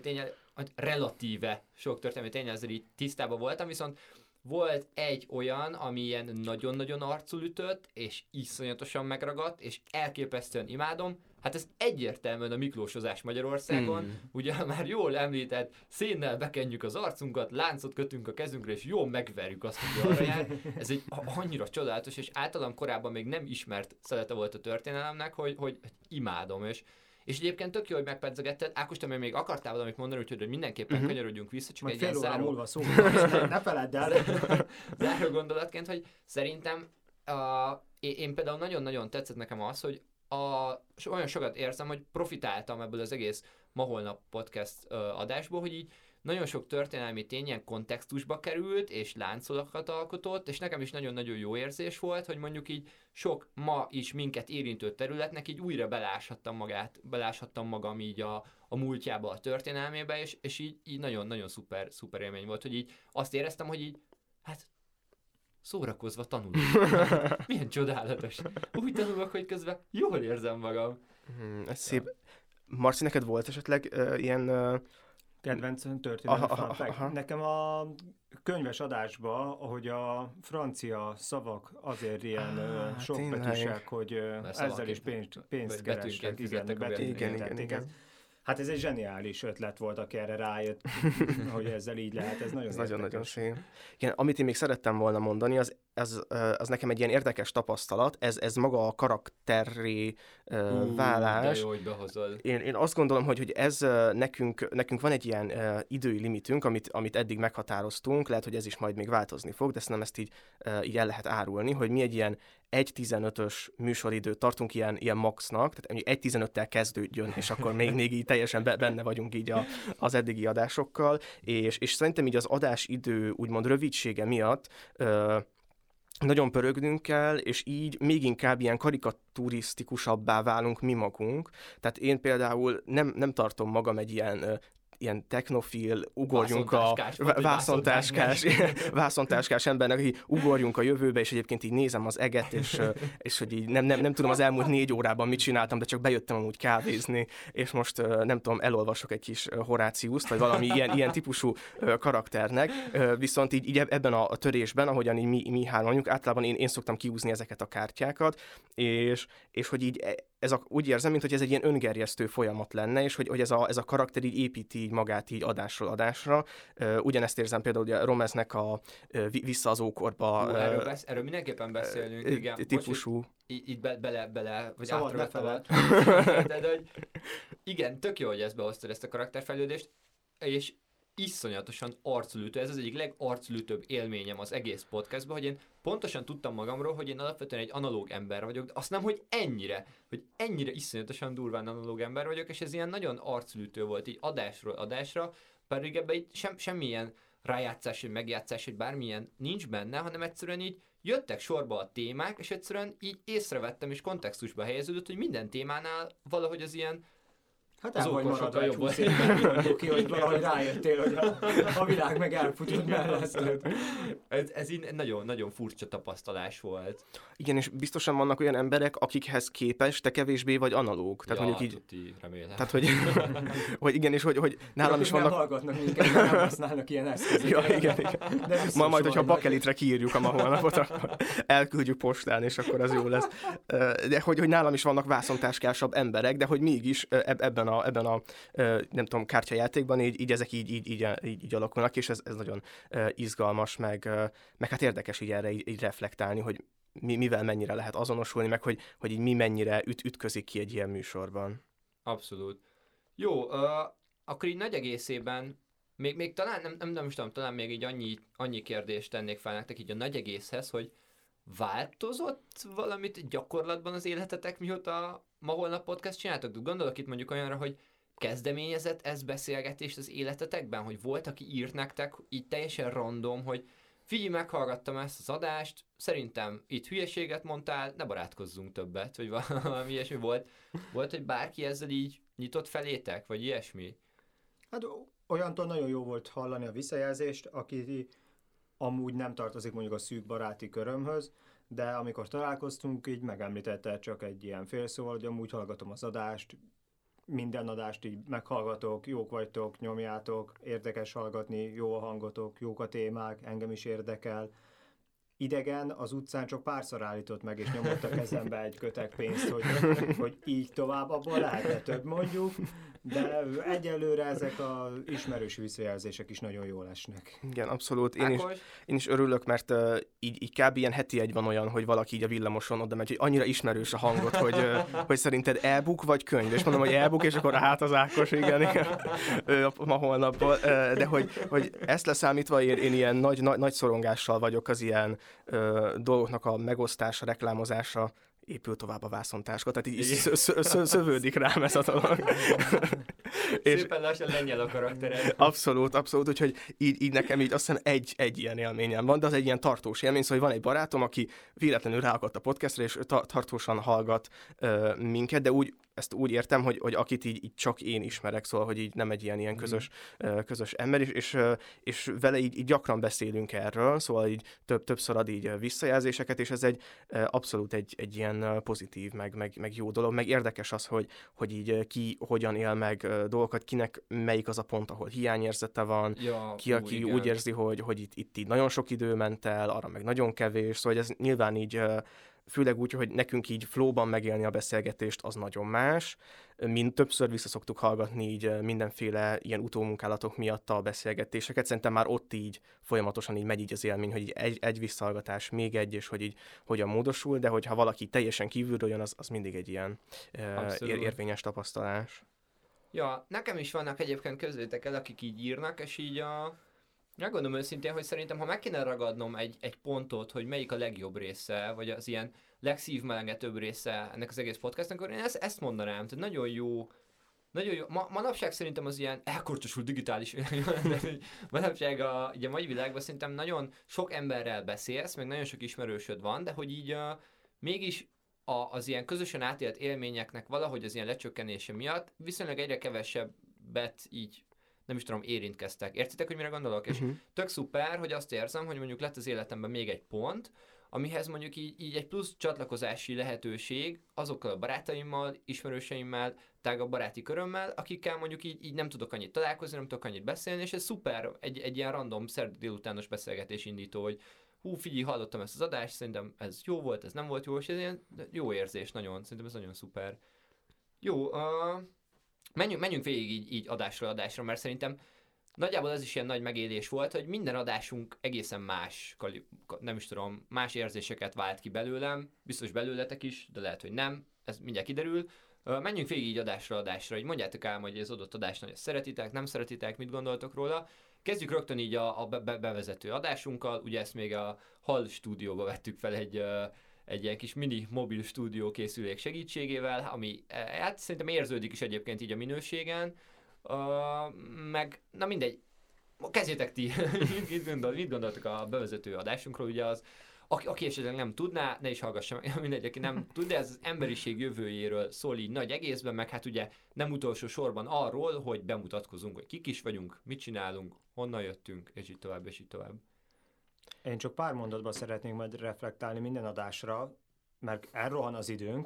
tényel, ezzel így tisztában voltam, viszont volt egy olyan, ami ilyen nagyon-nagyon arcul ütött, és iszonyatosan megragadt, és elképesztően imádom. Hát ez egyértelműen a miklósozás Magyarországon. Ugye már jól említett, szénnel bekenjük az arcunkat, láncot kötünk a kezünkre, és jól megverjük azt, hogy arra jár. Ez egy annyira csodálatos, és általam korábban még nem ismert szelete volt a történelemnek, hogy imádom. És egyébként tök jó, hogy megpedzegetted. Ákos, te még akartál valamit mondani, úgyhogy mindenképpen kanyarodjunk vissza, csak majd egy ilyen ne feledd el. Záró gondolatként, hogy szerintem én például nagyon-nagyon tetszett nekem az, hogy olyan sokat érzem, hogy profitáltam ebből az egész Ma Holnap podcast adásból, hogy így nagyon sok történelmi tény ilyen kontextusba került, és láncolakat alkotott, és nekem is nagyon-nagyon jó érzés volt, hogy mondjuk így sok ma is minket érintő területnek így újra beláshattam magam így a múltjába, a történelmébe, és így nagyon-nagyon szuper élmény volt, hogy így azt éreztem, hogy így, hát szórakozva tanulok. Milyen csodálatos. Úgy tanulok, hogy közben jól érzem magam. Ez szép. Marci, neked volt esetleg ilyen... kedvenc történelmi fanfák. Nekem a könyves adásban, ahogy a francia szavak azért ilyen sokbetűsek, hogy ezzel is pénzt kerestek. Igen. Hát ez egy zseniális ötlet volt, aki erre rájött, hogy ezzel így lehet, ez nagyon szép. Igen, amit én még szerettem volna mondani, az nekem egy ilyen érdekes tapasztalat, ez maga a karakterré válás. De jó, hogy behozod. Én azt gondolom, hogy ez nekünk van egy ilyen idői limitünk, amit eddig meghatároztunk, lehet, hogy ez is majd még változni fog, de szerintem ezt így el lehet árulni, hogy mi egy ilyen 1.15-ös műsoridőt tartunk ilyen maxnak, tehát 1.15-tel kezdődjön, és akkor még így teljesen benne vagyunk így az eddigi adásokkal, és szerintem így az adásidő úgymond rövidsége miatt nagyon pörögnünk kell, és így még inkább ilyen karikaturisztikusabbá válunk mi magunk. Tehát én például nem tartom magam egy ilyen technofil, ugorjunk vászontáskás embernek, hogy ugorjunk a jövőbe, és egyébként így nézem az eget, és hogy így nem tudom az elmúlt 4 órában mit csináltam, de csak bejöttem amúgy kávézni, és most nem tudom, elolvasok egy kis Horáciuszt, vagy valami ilyen típusú karakternek, viszont így ebben a törésben, ahogyan így mi hárman vagyunk, általában én szoktam kiúzni ezeket a kártyákat, és hogy így úgy érzem, mint hogy ez egy ilyen öngerjesztő folyamat lenne, és hogy ez a karakter így építi így magát így adásról adásra. Ugyanezt érzem például ugye Romeznek a Vissza az ókorba. Erről mindenképpen beszélünk, igen. Típusú. Így bele, vagy átrövetve. De hogy igen, tök jó, hogy ezt behoztad, ezt a karakterfejlődést, és iszonyatosan arculütő, ez az egyik legarculütőbb élményem az egész podcastban, hogy én pontosan tudtam magamról, hogy én alapvetően egy analóg ember vagyok, de azt nem, hogy ennyire iszonyatosan durván analóg ember vagyok, és ez ilyen nagyon arculütő volt így adásról adásra, pedig ebben így semmilyen rájátszás, vagy megjátszás, vagy bármilyen nincs benne, hanem egyszerűen így jöttek sorba a témák, és egyszerűen így észrevettem, és kontextusba helyeződött, hogy minden témánál valahogy az ilyen hát el vagy maradva egy 20 évben, mondjuk ki, hogy valahogy rájöttél, hogy a világ meg elfutott mellett. Ez így nagyon furcsa tapasztalás volt. Igen, és biztosan vannak olyan emberek, akikhez képest te kevésbé vagy analóg. Tehát ja, mondjuk így... tuti, remélem. Tehát, hogy igen, és hogy nálam is vannak... Nem hallgatnak minket, nem használnak ilyen eszközöket. Ja, igen. Majd, hogyha bakelitre kiírjuk a ma holnapot, akkor elküldjük postán, és akkor az jó lesz. De hogy nálam is vannak vászontáskásabb emberek, de hogy mégis ebben a nem tudom, kártyajátékban így ezek így alakulnak, és ez nagyon izgalmas, meg hát érdekes így erre így reflektálni, hogy mivel mennyire lehet azonosulni, meg hogy így mi mennyire ütközik ki egy ilyen műsorban. Abszolút. Jó, akkor így nagy egészében még talán, nem is tudom, talán még így annyi kérdést tennék fel nektek így a nagy egészhez, hogy változott valamit gyakorlatban az életetek, mióta ma holnap podcast csináltok? Gondolok itt mondjuk olyanra, hogy kezdeményezett ez beszélgetést az életetekben, hogy volt, aki írt nektek így teljesen random, hogy figyelj, meghallgattam ezt az adást, szerintem itt hülyeséget mondtál, ne barátkozzunk többet, vagy valami ilyesmi volt. Volt, hogy bárki ezzel így nyitott felétek, vagy ilyesmi? Hát olyantól nagyon jó volt hallani a visszajelzést, aki amúgy nem tartozik mondjuk a szűk baráti körömhöz, de amikor találkoztunk, így megemlítette csak egy ilyen félszóval, hogy amúgy hallgatom az adást, minden adást így meghallgatok, jók vagytok, nyomjátok, érdekes hallgatni, jó a hangotok, jók a témák, engem is érdekel. Idegen az utcán csak párszor állított meg, és nyomott a kezembe egy kötek pénzt, hogy így tovább, abból lehetne több mondjuk, de egyelőre ezek az ismerős visszajelzések is nagyon jól esnek. Igen, abszolút. Én is örülök, mert így kb. Ilyen heti egy van olyan, hogy valaki így a villamoson oda megy, hogy annyira ismerős a hangot, hogy szerinted e-book vagy könyv, és mondom, hogy e-book, és akkor hát az Ákos, igen, ma holnapból, de hogy ezt leszámítva én ilyen nagy szorongással vagyok az ilyen dolgoknak a megosztása, reklámozása, épül tovább a vászontáska, tehát így szövődik rám ez a dolog. Szépen lassan lennyel a karaktered. Abszolút, úgyhogy így nekem így azt hiszem egy ilyen élményem van, de az egy ilyen tartós élmény, szóval van egy barátom, aki véletlenül ráakadt a podcastra, és tartósan hallgat minket, de ezt úgy értem, hogy akit így csak én ismerek, szóval, hogy így nem egy ilyen közös ember, és vele így gyakran beszélünk erről, szóval így többször ad így visszajelzéseket, és ez abszolút egy ilyen pozitív, meg jó dolog, meg érdekes az, hogy így ki hogyan él meg dolgokat, kinek melyik az a pont, ahol hiányérzete van, aki igen. Úgy érzi, hogy itt így nagyon sok idő ment el, arra meg nagyon kevés, szóval ez nyilván így főleg úgy, hogy nekünk így flowban megélni a beszélgetést, az nagyon más. Mint többször vissza szoktuk hallgatni így mindenféle ilyen utómunkálatok miatt a beszélgetéseket. Szerintem már ott így folyamatosan így megy így az élmény, hogy így egy visszahallgatás, még egy, és hogy így hogyan módosul, de hogyha valaki teljesen kívülről jön, az mindig egy ilyen érvényes tapasztalás. Ja, nekem is vannak egyébként, közétek el, akik így írnak, és így megmondom őszintén, hogy szerintem, ha meg kéne ragadnom egy pontot, hogy melyik a legjobb része, vagy az ilyen legszívmelengetőbb része ennek az egész podcastnak, akkor én ezt mondanám. Tehát nagyon jó. Manapság szerintem az ilyen elkorcsosult digitális manapság ugye a mai világban szerintem nagyon sok emberrel beszélsz, meg nagyon sok ismerősöd van, de hogy így mégis az ilyen közösen átélt élményeknek valahogy az ilyen lecsökkenése miatt viszonylag egyre kevesebbet így nem is tudom, érintkeztek. Értitek, hogy mire gondolok? És tök szuper, hogy azt érzem, hogy mondjuk lett az életemben még egy pont, amihez mondjuk így egy plusz csatlakozási lehetőség azokkal a barátaimmal, ismerőseimmel, tágabb baráti körömmel, akikkel mondjuk így nem tudok annyit találkozni, nem tudok annyit beszélni, és ez szuper, egy ilyen random szerda délutános beszélgetés indító, hogy figyelj, hallottam ezt az adást, szerintem ez jó volt, ez nem volt jó, és ez ilyen jó érzés nagyon, szerintem ez nagyon szuper. Jó, menjünk végig így adásról adásra, mert szerintem nagyjából ez is ilyen nagy megélés volt, hogy minden adásunk egészen más, nem is tudom, más érzéseket vált ki belőlem, biztos belőletek is, de lehet, hogy nem, ez mindjárt kiderül. Menjünk végig így adásra, így mondjátok el, hogy az adott adást nagyon szeretitek, nem szeretitek, mit gondoltok róla. Kezdjük rögtön így a bevezető adásunkkal, ugye ezt még a Hall stúdióba vettük fel egy ilyen kis mini mobil stúdió készülék segítségével, ami hát szerintem érződik is egyébként így a minőségen, meg na mindegy, kezdjétek ti, mit gondoltok a bevezető adásunkról, ugye az, aki esetleg nem tudná, ne is hallgassa meg, mindegy, aki nem tud, de ez az emberiség jövőjéről szól így nagy egészben, meg hát ugye nem utolsó sorban arról, hogy bemutatkozunk, hogy kik is vagyunk, mit csinálunk, honnan jöttünk, és így tovább, és így tovább. Én csak pár mondatban szeretnék majd reflektálni minden adásra, mert elrohan az időnk.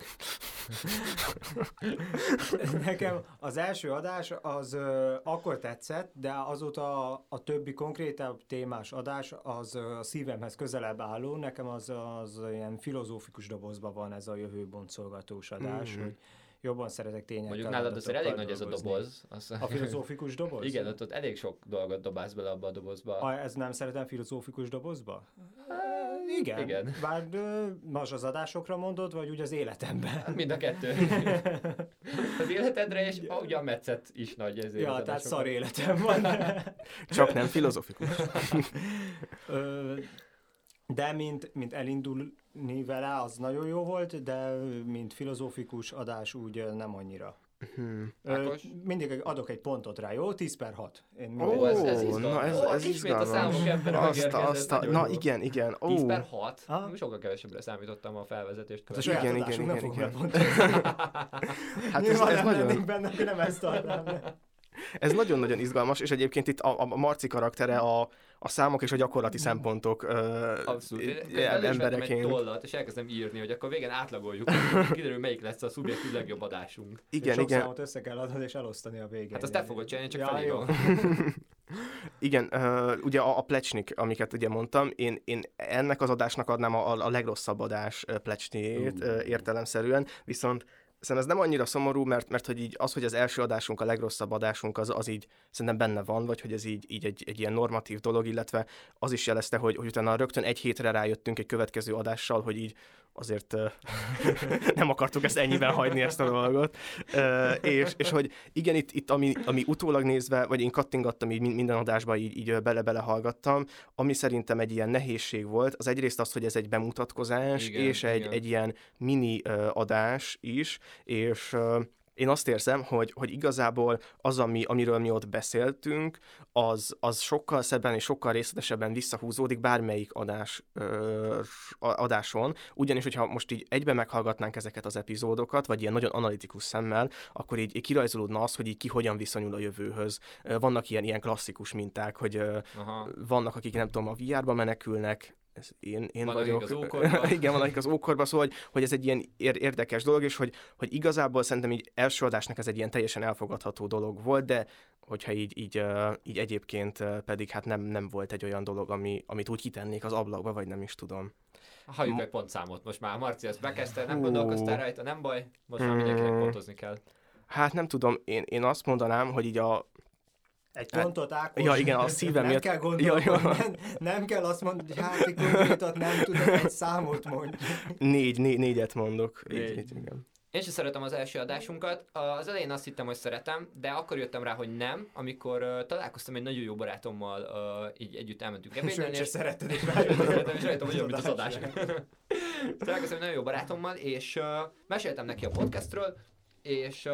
Nekem az első adás az akkor tetszett, de azóta a többi konkrétabb témás adás az a szívemhez közelebb álló. Nekem az ilyen filozófikus dobozban van ez a jövőbontolgatós adás, hogy jobban szeretek tényekkel. Mondjuk nálad azért elég nagy ez a doboz. A filozófikus doboz? Igen, ott elég sok dolgot dobálsz bele abba a dobozba. Ez nem szeretem filozófikus dobozba? Igen. Bár most az adásokra mondod, vagy úgy az életemben? Mind a kettő. Az életedre, és ugye a metszet is nagy ezért. Ja, tehát szar életem van. Csak nem filozofikus. De mint elindulni vele, az nagyon jó volt, de mint filozófikus adás úgy nem annyira. Mindig adok egy pontot rá, jó? 10/6. Ez izgalmas. Ismét a számok ebben megérkezett. Na igen. 10/6? Sokkal kevesebbre számítottam a felvezetést. Hát a saját adásunk nem fog megpontozni. Hát ez nagyon... benne, hogy nem ezt tartnám. Ez nagyon-nagyon izgalmas, és egyébként itt a Marci karaktere a számok és a gyakorlati szempontok embereként. Egy tollat, és elkezdem írni, hogy akkor végén átlagoljuk, kiderül melyik lesz a szubjektív legjobb adásunk. Igen. Sok számot össze kell adni és elosztani a végén. Hát azt te fogod csinálni, csak felírom. Igen, ugye a plecsnik, amiket ugye mondtam, én ennek az adásnak adnám a legrosszabb adás plecsniét értelemszerűen, viszont szerintem ez nem annyira szomorú, mert hogy így az, hogy az első adásunk a legrosszabb adásunk, az így szerintem benne van, vagy hogy ez így egy ilyen normatív dolog, illetve az is jelezte, hogy utána rögtön egy hétre rájöttünk egy következő adással, hogy így azért nem akartuk ezt ennyiben hagyni ezt a dolgot. És hogy igen, itt ami utólag nézve, vagy én kattingattam így minden adásba, így bele hallgattam, ami szerintem egy ilyen nehézség volt, az egyrészt az, hogy ez egy bemutatkozás, igen, és egy ilyen mini adás is, és én azt érzem, hogy igazából az, amiről mi ott beszéltünk, az sokkal szebben és sokkal részletesebben visszahúzódik bármelyik adáson, ugyanis, hogyha most így egyben meghallgatnánk ezeket az epizódokat, vagy ilyen nagyon analitikus szemmel, akkor így kirajzolódna az, hogy így ki hogyan viszonyul a jövőhöz. Vannak ilyen klasszikus minták, hogy vannak, akik nem tudom, a VR-ba menekülnek, ez én vagyok. Az ókorba. Igen, van akik az ókorba, szóval, hogy ez egy ilyen érdekes dolog, és hogy igazából szerintem így első adásnak ez egy ilyen teljesen elfogadható dolog volt, de hogyha így egyébként pedig hát nem volt egy olyan dolog, amit úgy kitennék az ablakba, vagy nem is tudom. Halljuk egy pontszámot. Most már Marci ezt bekezdte, nem gondolkoztál rajta, nem baj, most már mindenkinek pontozni kell. Hát nem tudom, én azt mondanám, hogy így egy pontot, Ákos. Ja, igen, a szívem nem miatt. Kell gondolni, nem kell azt mondani, hogy hát konkrétat nem tudok, egy számot mondj. Négyet mondok. Így, igen. Én sem szeretem az első adásunkat. Az elején azt hittem, hogy szeretem, de akkor jöttem rá, hogy nem, amikor találkoztam egy nagyon jó barátommal, így együtt elmentünk ebédelni. És szeretted, és rájöttem, hogy olyan, mint az adás. Találkoztam egy nagyon jó barátommal, és meséltem neki a podcastről, és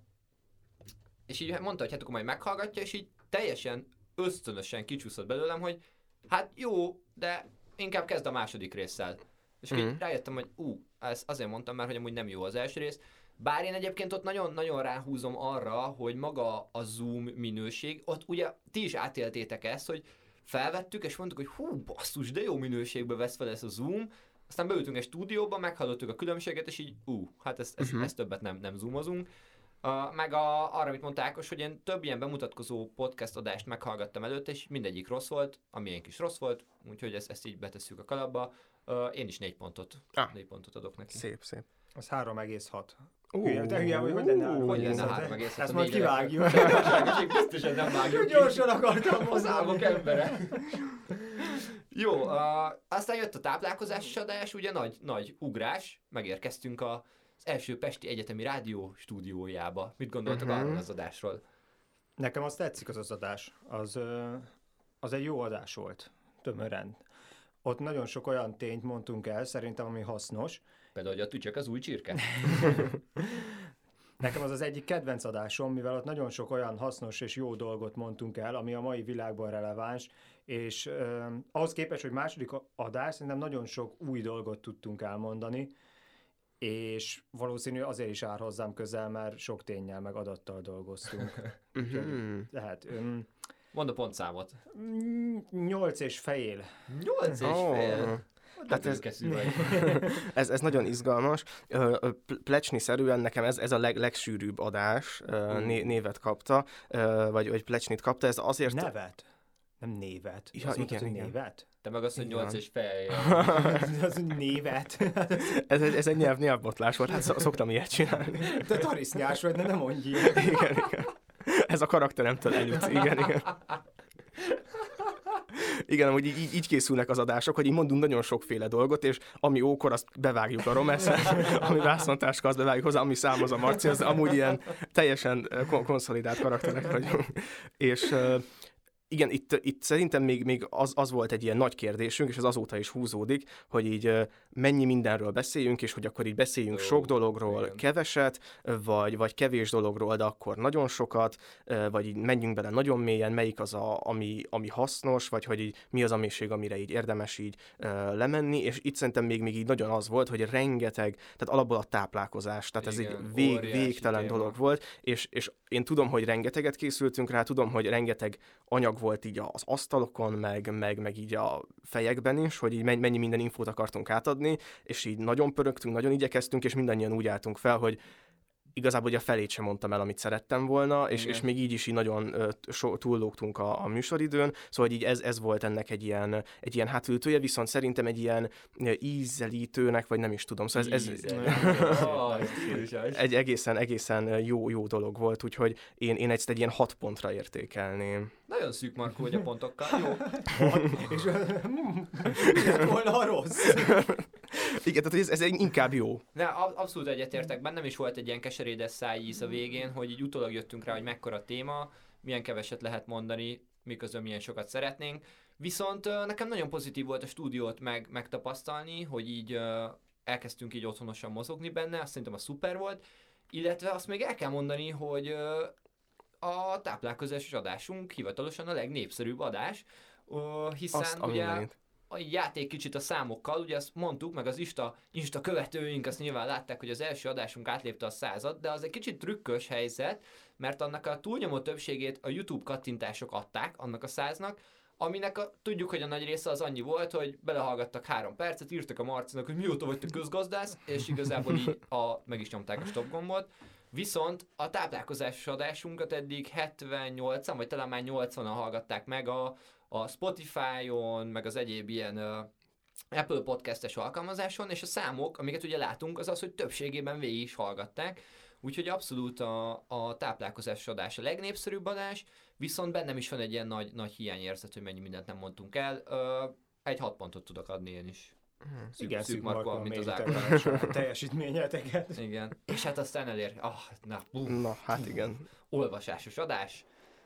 így mondta, hogy hát akkor majd meghallgatja, és így teljesen ösztönösen kicsúszott belőlem, hogy hát jó, de inkább kezd a második résszel. És így rájöttem, hogy ezt azért mondtam már, hogy amúgy nem jó az első rész. Bár én egyébként ott nagyon-nagyon ráhúzom arra, hogy maga a Zoom minőség, ott ugye ti is átéltétek ezt, hogy felvettük, és mondtuk, hogy hú, basszus, de jó minőségbe vesz fel ez a Zoom, aztán beültünk egy stúdióba, meghallottuk a különbséget, és így hát ezt többet nem zoomozunk. Meg arra, amit mondta Ákos, hogy én több ilyen bemutatkozó podcast adást meghallgattam előtte, és mindegyik rossz volt, amilyenk is rossz volt, úgyhogy ezt így betesszük a kalapba. Én is 4 pontot adok neki. Szép. Az 3,6. Te hülye vagy, hogy lenne 3,6? Hogy lenne 3,6? Ezt majd kivágjuk. Biztosan nem vágjuk ki. Gyorsan akartam az álmok embere. Jó, aztán jött a táplálkozási adás, ugye nagy ugrás, megérkeztünk a első pesti egyetemi rádió stúdiójába. Mit gondoltak arról az adásról? Nekem azt tetszik az adás. Az egy jó adás volt, tömören. Ott nagyon sok olyan tényt mondtunk el, szerintem, ami hasznos. Például, hogy a tücsök az új csirke. Nekem az egyik kedvenc adásom, mivel ott nagyon sok olyan hasznos és jó dolgot mondtunk el, ami a mai világban releváns, és ahhoz képest, hogy második adás, szerintem nagyon sok új dolgot tudtunk elmondani, és valószínű azért is áll hozzám közel, mert sok ténnyel meg adattal dolgoztunk. Tehát... Mondd a pontszámot. 8 és fél. 8 és fél? Hát ez nagyon izgalmas. Plecsni-szerűen nekem ez a legsűrűbb adás névet kapta, vagy Plecsnit kapta. Ez azért... Nevet? Nem névet. Ja, igen. Névet? Te meg azt, hogy 8 és fél. Az névet. ez egy nyelvbotlás volt, hát szoktam ilyet csinálni. Te tarisznyás vagy, de nem mondj Igen. Ez a karakteremtől elüt. Igen. Igen, amúgy így készülnek az adások, hogy így mondunk nagyon sokféle dolgot, és ami ókor, azt bevágjuk a Romeszre, ami vászontáska, azt bevágjuk hozzá, ami számoz a Marci, az amúgy ilyen teljesen konszolidált karakterek vagyunk. És igen, itt szerintem még az volt egy ilyen nagy kérdésünk, és ez azóta is húzódik, hogy így mennyi mindenről beszéljünk, és hogy akkor így beszéljünk sok dologról, igen. Keveset, vagy kevés dologról, de akkor nagyon sokat, vagy így menjünk bele nagyon mélyen, melyik az, ami hasznos, vagy hogy így mi az a mélység, amire így érdemes így lemenni, és itt szerintem még így nagyon az volt, hogy rengeteg, tehát alapból a táplálkozás, tehát ez egy végtelen dolog volt, és én tudom, hogy rengeteget készültünk rá, tudom, hogy rengeteg anyag volt így az asztalokon, meg így a fejekben is, hogy így mennyi minden infót akartunk átadni, és így nagyon pörögtünk, nagyon igyekeztünk, és mindannyian úgy álltunk fel, hogy igazából a felét sem mondtam el, amit szerettem volna, és még így is így nagyon túllógtunk a műsoridőn, szóval így ez volt ennek egy ilyen hátulütője, viszont szerintem egy ilyen ízelítőnek, vagy nem is tudom, szóval ez egy egészen jó dolog volt, úgyhogy én ezt egy ilyen 6 pontra értékelném. Nagyon szűk Markó, hogy a pontokkal. Jó. És volna rossz. Igen, tehát ez inkább jó. Abszolút egyetértek, bennem is volt egy ilyen keserédes szájíz a végén, hogy így utólag jöttünk rá, hogy mekkora téma, milyen keveset lehet mondani, miközben milyen sokat szeretnénk. Viszont nekem nagyon pozitív volt a stúdiót megtapasztalni, hogy így elkezdtünk így otthonosan mozogni benne, azt szerintem a szuper volt, illetve azt még el kell mondani, hogy a táplálkozásos adásunk hivatalosan a legnépszerűbb adás, hiszen ugye a játék kicsit a számokkal, ugye azt mondtuk, meg az Insta követőink azt nyilván látták, hogy az első adásunk átlépte a 100-at, de az egy kicsit trükkös helyzet, mert annak a túlnyomó többségét a YouTube kattintások adták, annak a 100-nak, aminek tudjuk, hogy a nagy része az annyi volt, hogy belehallgattak 3 percet, írtak a Marcinak, hogy mióta vagy te közgazdász, és igazából így meg is nyomták a stop gombot. Viszont a táplálkozásos adásunkat eddig 78-an, vagy talán már 80-an hallgatták meg a Spotify-on, meg az egyéb ilyen Apple Podcast-es alkalmazáson, és a számok, amiket ugye látunk, az az, hogy többségében végig is hallgatták. Úgyhogy abszolút a táplálkozásos adás a legnépszerűbb adás, viszont bennem is van egy ilyen nagy hiányérzet, hogy mennyi mindent nem mondtunk el. Egy 6 pontot tudok adni én is. Szűk Markon, mint az Ákos teljesítményeteket. Igen. És hát aztán elér... Na, hát igen. Olvasásos adás.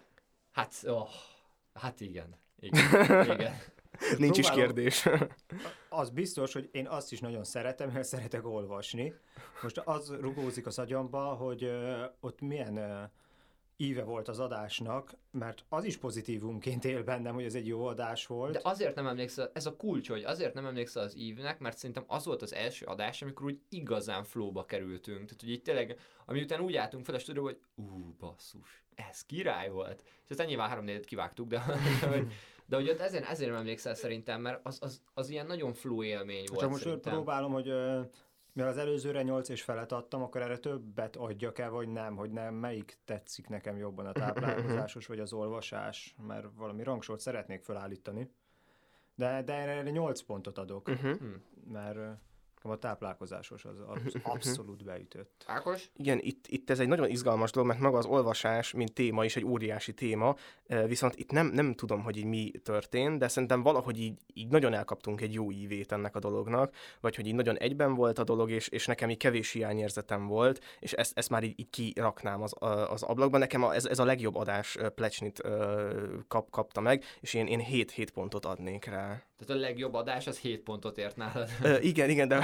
Hát igen. Igen. Nincs is kérdés. Az biztos, hogy én azt is nagyon szeretem, mert szeretek olvasni. Most az rugózik az agyamba, hogy ott milyen íve volt az adásnak, mert az is pozitívumként él bennem, hogy ez egy jó adás volt. De azért nem emlékszel, ez a kulcs, hogy azért nem emlékszel az ívnek, mert szerintem az volt az első adás, amikor úgy igazán flowba kerültünk. Tehát, hogy így tényleg, ami után úgy álltunk fel a stúdióba, hogy basszus, ez király volt. És aztán nyilván 3-4-et kivágtuk, de hogy ott ezért nem emlékszel szerintem, mert az ilyen nagyon flow élmény volt. Csak most próbálom, hogy mivel az előzőre 8 és felet adtam, akkor erre többet adjak-e, vagy nem, hogy nem, melyik tetszik nekem jobban, a táplálkozásos, vagy az olvasás, mert valami rangsort szeretnék felállítani. De erre 8 pontot adok, mert A táplálkozásos az abszolút beütött. Ákos? Igen, itt ez egy nagyon izgalmas dolog, mert maga az olvasás, mint téma is egy óriási téma, viszont itt nem tudom, hogy így mi történt, de szerintem valahogy így nagyon elkaptunk egy jó ívét ennek a dolognak, vagy hogy így nagyon egyben volt a dolog, és nekem így kevés hiányérzetem volt, és ezt már így kiraknám az ablakba. Nekem ez a legjobb adás plecsnit kapta meg, és én 7 pontot adnék rá. Tehát a legjobb adás az 7 pontot ért nálad. Igen, de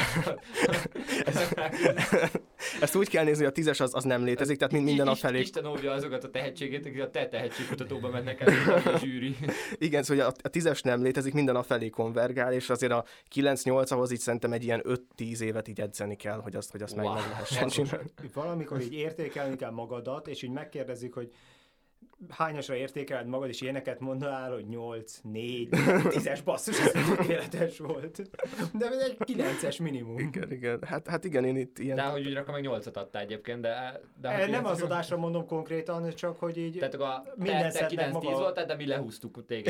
ezt úgy kell nézni, hogy a 10-es az nem létezik, tehát minden nap felé. Isten óvja azokat a tehetségét, akik a te tehetségkutatóba mennek el, a zsűri. Igen, szóval a 10-es nem létezik, minden a felé konvergál, és azért a 9-8 ahhoz így szerintem egy ilyen 5-10 évet így edzeni kell, hogy azt meg lehessen csinálni. Valamikor így értékelni kell magadat, és így megkérdezik, hogy hányasra értékeled magad, és ilyeneket mondanál, hogy 8, 4, 10-es basszus, ez tökéletes volt. De ez egy 9-es minimum. Igen. Hát igen, én itt ilyen... De hogy úgy akkor meg 8-at adtál egyébként, de nem az adásra mondom konkrétan, csak hogy így... Tehát te 9-10 voltál, de mi lehúztuk téged.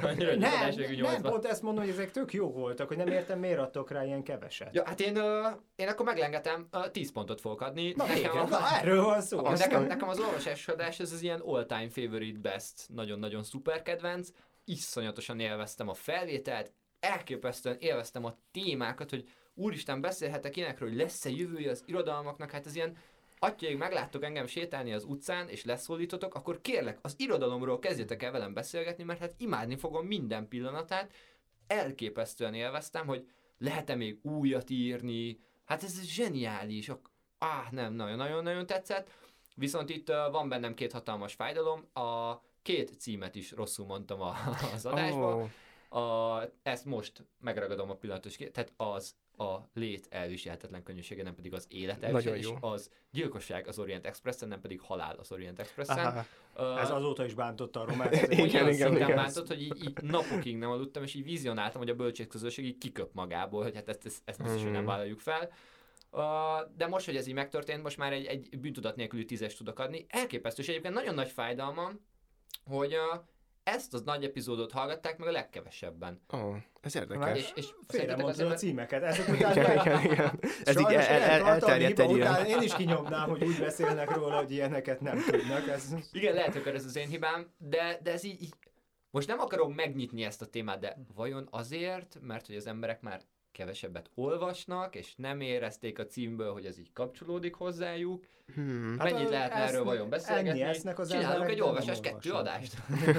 Nem, pont ezt mondom, hogy ezek tök jók voltak, hogy nem értem, miért adtok rá ilyen keveset. Ja, hát én akkor meglengetem, 10 pontot fogok adni. Erről van szó. Nekem az olvasásodás ez az ilyen all-time favorite best, nagyon-nagyon szuper kedvenc. Iszonyatosan élveztem a felvételt, elképesztően élveztem a témákat, hogy úristen, beszélhetek ilyenekről, hogy lesz-e jövője az irodalmaknak, hát ez ilyen, atyaig megláttok engem sétálni az utcán, és leszólítotok, akkor kérlek, az irodalomról kezdjetek el velem beszélgetni, mert hát imádni fogom minden pillanatát. Elképesztően élveztem, hogy lehet-e még újat írni, hát ez zseniális, nem, nagyon-nagyon tetszett. Viszont itt van bennem 2 hatalmas fájdalom, a 2 címet is rosszul mondtam az adásban. Ezt most megragadom a pillanatos, tehát az a lét elviselhetetlen könnyűsége, nem pedig az élet elviselhetetlen, és az gyilkosság az Orient Expressen, nem pedig halál az Orient Expressen. Ez azóta is bántotta a romát. Igen. Bántott, hogy így napokig nem aludtam, és így vizionáltam, hogy a bölcsészközösség így kiköp magából, hogy hát ezt most is nem vállaljuk fel. De most, hogy ez így megtörtént, most már egy bűntudat nélküli 10-es tudok adni. Elképesztő, és egyébként nagyon nagy fájdalmam, hogy ezt az nagy epizódot hallgatták meg a legkevesebben. Ez érdekes. És félremondtad a címeket. Ezek után igen. Ez így elterjedt egy ilyen. Én is kinyomnám, hogy úgy beszélnek róla, hogy ilyeneket nem tudnak. Igen, lehet, hogy ez az én hibám, de ez így... Most nem akarom megnyitni ezt a témát, de vajon azért, mert hogy az emberek már kevesebbet olvasnak, és nem érezték a címből, hogy ez így kapcsolódik hozzájuk. Mennyit lehetne erről vajon beszélgetni? Csinálunk egy olvasás 2 adást.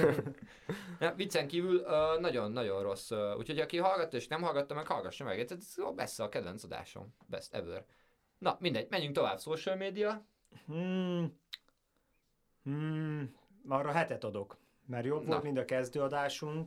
Viccen kívül nagyon-nagyon rossz. Úgyhogy aki hallgatta és nem hallgatta meg, hallgassa meg. Ez messze a kedvenc adásom. Best ever. Na, mindegy, menjünk tovább. Social media. Arra 7-et adok. Mert jobb volt, mint a kezdőadásunk,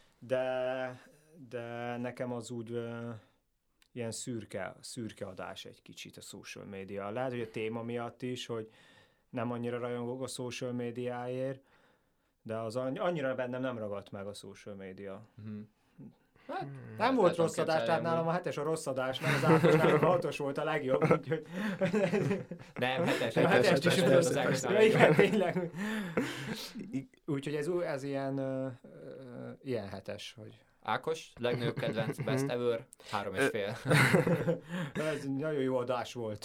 de nekem az úgy ilyen szürke adás egy kicsit a social media. Lehet, hogy a téma miatt is, hogy nem annyira rajongok a social médiáért, de az annyira bennem nem ragadt meg a social média. Hát, nem volt rossz adás, tehát nálam a 7-es a rossz adás, nem az Ákos, nálam a 6-os volt a legjobb, úgyhogy... Nem, 7-es is az Ákos. Igen, tényleg. Úgyhogy ez ilyen 7-es, hogy... Ákos, legnagyobb kedvenc, best ever, 3,5. Ez nagyon jó adás volt.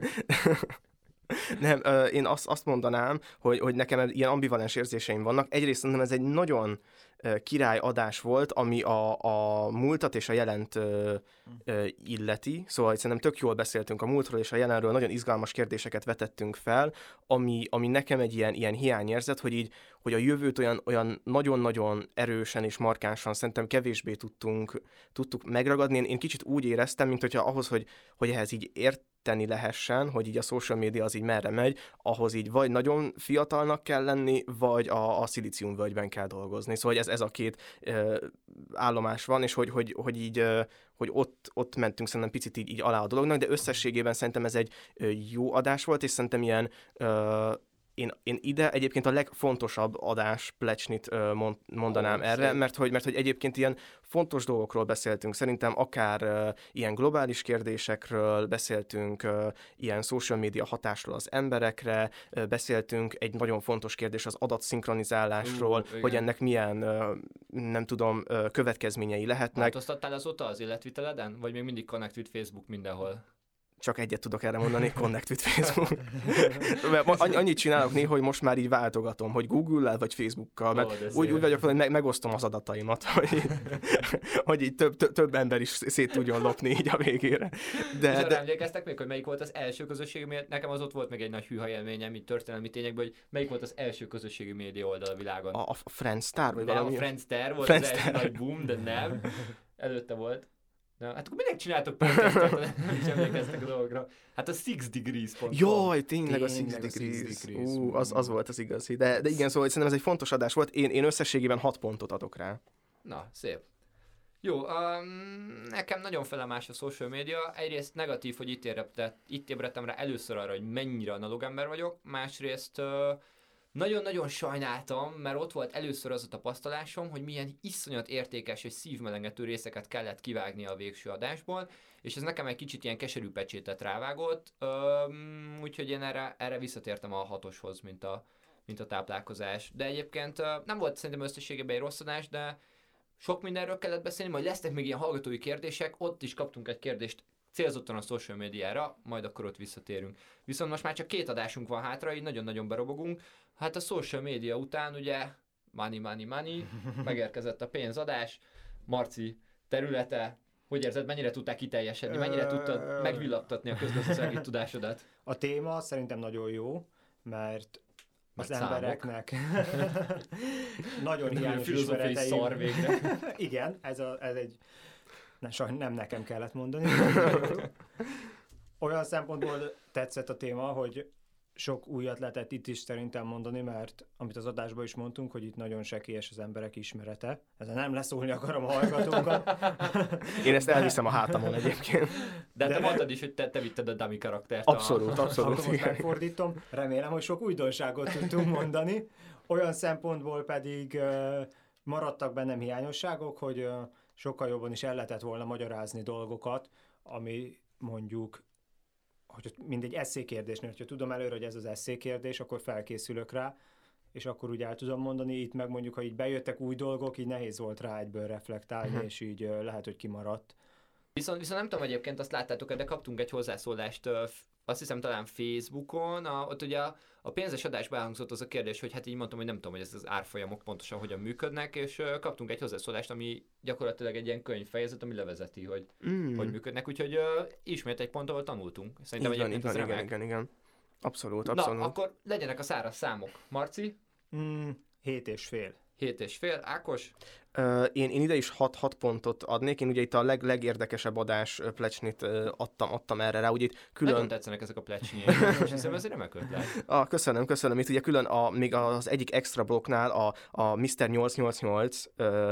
Nem, én azt mondanám, hogy nekem ilyen ambivalens érzéseim vannak. Egyrészt szerintem ez egy nagyon király adás volt, ami a múltat és a jelent illeti. Szóval szerintem tök jól beszéltünk a múltról és a jelenről, nagyon izgalmas kérdéseket vetettünk fel, ami nekem egy ilyen hiányérzet, hogy a jövőt olyan nagyon-nagyon erősen és markánsan szerintem kevésbé tudtuk megragadni. Én kicsit úgy éreztem, mint hogyha ahhoz, hogy ehhez így tenni lehessen, hogy így a social media az így merre megy, ahhoz így vagy nagyon fiatalnak kell lenni, vagy a szilíciumvölgyben kell dolgozni. Szóval ez a 2 állomás van, és hogy így hogy ott mentünk szerintem picit így alá a dolognak, de összességében szerintem ez egy jó adás volt, és szerintem ilyen én ide egyébként a legfontosabb adás plecsnit mondanám erre, mert hogy egyébként ilyen fontos dolgokról beszéltünk. Szerintem akár ilyen globális kérdésekről beszéltünk, ilyen social media hatásról az emberekre, beszéltünk egy nagyon fontos kérdés az adatszinkronizálásról, hogy ennek milyen, nem tudom, következményei lehetnek. Változtattál azóta az életviteleden? Vagy még mindig Connect with Facebook mindenhol? Csak egyet tudok erre mondani, Connect with Facebook. Annyit csinálok néha, hogy most már így váltogatom, hogy Google-lel vagy Facebookkal, mert úgy vagyok, hogy megosztom az adataimat, hogy így több ember is szét tudjon lopni így a végére. De emlékeztek még, hogy melyik volt az első közösségi média? Nekem az ott volt még egy nagy hűha élményem, itt történelmi tényekből, hogy melyik volt az első közösségi média oldal a világon. A Friendster? Vagy valami? A Friendster volt az első nagy boom, de nem. Előtte volt. Na, hát akkor minek csináltok podcastot, nem is emlékeztek a dolgokra. Hát a 6 Degrees.com. Jaj, tényleg a 6 Degrees. Az volt az igazi. De igen, szóval szerintem ez egy fontos adás volt. Én összességében 6 pontot adok rá. Na, szép. Jó, nekem nagyon felemás a social media. Egyrészt negatív, hogy itt ébredtem rá először arra, hogy mennyire analóg ember vagyok. Másrészt nagyon-nagyon sajnáltam, mert ott volt először az a tapasztalásom, hogy milyen iszonyat értékes és szívmelengető részeket kellett kivágni a végső adásból, és ez nekem egy kicsit ilyen keserű pecsétet rávágott, úgyhogy én erre visszatértem a 6-oshoz, mint a táplálkozás. De egyébként nem volt szerintem összességében egy rossz adás, de sok mindenről kellett beszélni, majd lesznek még ilyen hallgatói kérdések, ott is kaptunk egy kérdést célzottan a social médiára, majd akkor ott visszatérünk. Viszont most már csak 2 adásunk van hátra, így nagyon-nagyon berobogunk. Hát a social média után ugye money, megérkezett a pénzadás, Marci területe, hogy érzed, mennyire tudták kiteljesedni, mennyire tudtad megvillattatni a közgazdasági tudásodat? A téma szerintem nagyon jó, mert az embereknek nagyon hiányos ismeretei. Szar végre. Igen, ez egy... Nem nekem kellett mondani. Olyan szempontból tetszett a téma, hogy sok újat lehetett itt is szerintem mondani, mert amit az adásban is mondtunk, hogy itt nagyon sekélyes az emberek ismerete. Ezen nem leszólni akarom a hallgatókat. Én ezt elviszem a hátamon egyébként. De te mondtad is, hogy te vitted a dummy karaktert. Abszolút. Akkor most megfordítom. Remélem, hogy sok újdonságot tudtunk mondani. Olyan szempontból pedig maradtak bennem hiányosságok, hogy sokkal jobban is el lehetett volna magyarázni dolgokat, ami mondjuk, hogy mindegy esszékérdésnél, hogyha tudom előre, hogy ez az esszékérdés, akkor felkészülök rá, és akkor úgy el tudom mondani, itt meg mondjuk, ha így bejöttek új dolgok, így nehéz volt rá egyből reflektálni, és így lehet, hogy kimaradt. Viszont nem tudom egyébként, azt láttátok, de kaptunk egy hozzászólást, azt hiszem talán Facebookon, ott ugye a pénzes adásban elhangzott az a kérdés, hogy hát így mondtam, hogy nem tudom, hogy ez az árfolyamok pontosan hogyan működnek, és kaptunk egy hozzászólást, ami gyakorlatilag egy ilyen könyvfejezet, ami levezeti, hogy működnek, úgyhogy ismét egy pont, ahol tanultunk. Szerintem Igen. Abszolút. Na, akkor legyenek a száraz számok. Marci? 7,5. 7,5. Ákos? Én ide is 6 pontot adnék. Én ugye itt a legérdekesebb adás plecsnit adtam erre rá. Ugye itt külön... Nagyon tetszenek ezek a plecsnyék. Most hiszem, ez egy remek ötlet. Köszönöm. Itt ugye külön még az egyik extra blokknál a Mr. 888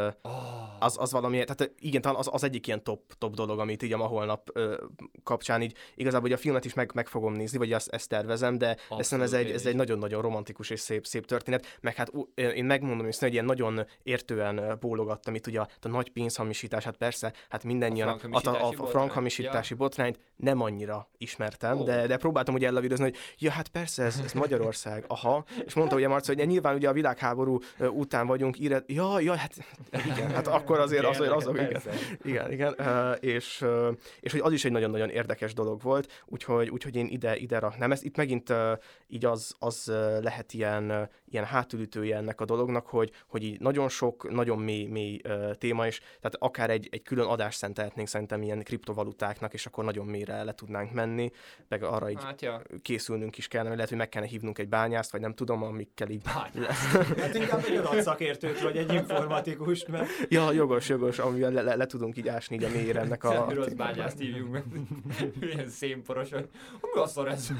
az valami, tehát igen, talán az egyik ilyen top dolog, amit így a ma holnap kapcsán így igazából ugye a filmet is meg fogom nézni, vagy ezt tervezem, de szerintem ez egy nagyon-nagyon romantikus és szép történet. Meg hát én megmondom őszintén, hogy ilyen nagyon értően bólogattam itt ugye a nagy pénzhamisítás, hát persze, hát mindannyian a frankhamisítási botrányt nem annyira ismertem, de próbáltam ugye ellavírozni, hogy ja, hát persze, ez Magyarország, és mondta ugye Marci, hogy nyilván ugye a világháború után vagyunk, hát igen, hát akkor azért azok, igen, és hogy az is egy nagyon-nagyon érdekes dolog volt, úgyhogy én ide raknám ezt. Itt megint így az lehet ilyen hátulütője ennek a dolognak, hogy így nagyon sok, nagyon mély téma is, tehát akár egy külön adást szentelhetnénk szerintem ilyen kriptovalutáknak, és akkor nagyon mélyre le tudnánk menni, meg arra így készülnünk is kellene, lehet, hogy meg kellene hívnunk egy bányászt, vagy nem tudom, amikkel így... Hát inkább egy adatszakértőt, vagy egy informatikust, mert... Ja, jogos, amivel le tudunk így ásni így a mélyre ennek a... Semmi rossz bányászt hívjunk meg. Milyen szénporos, hogy mi a szar ez?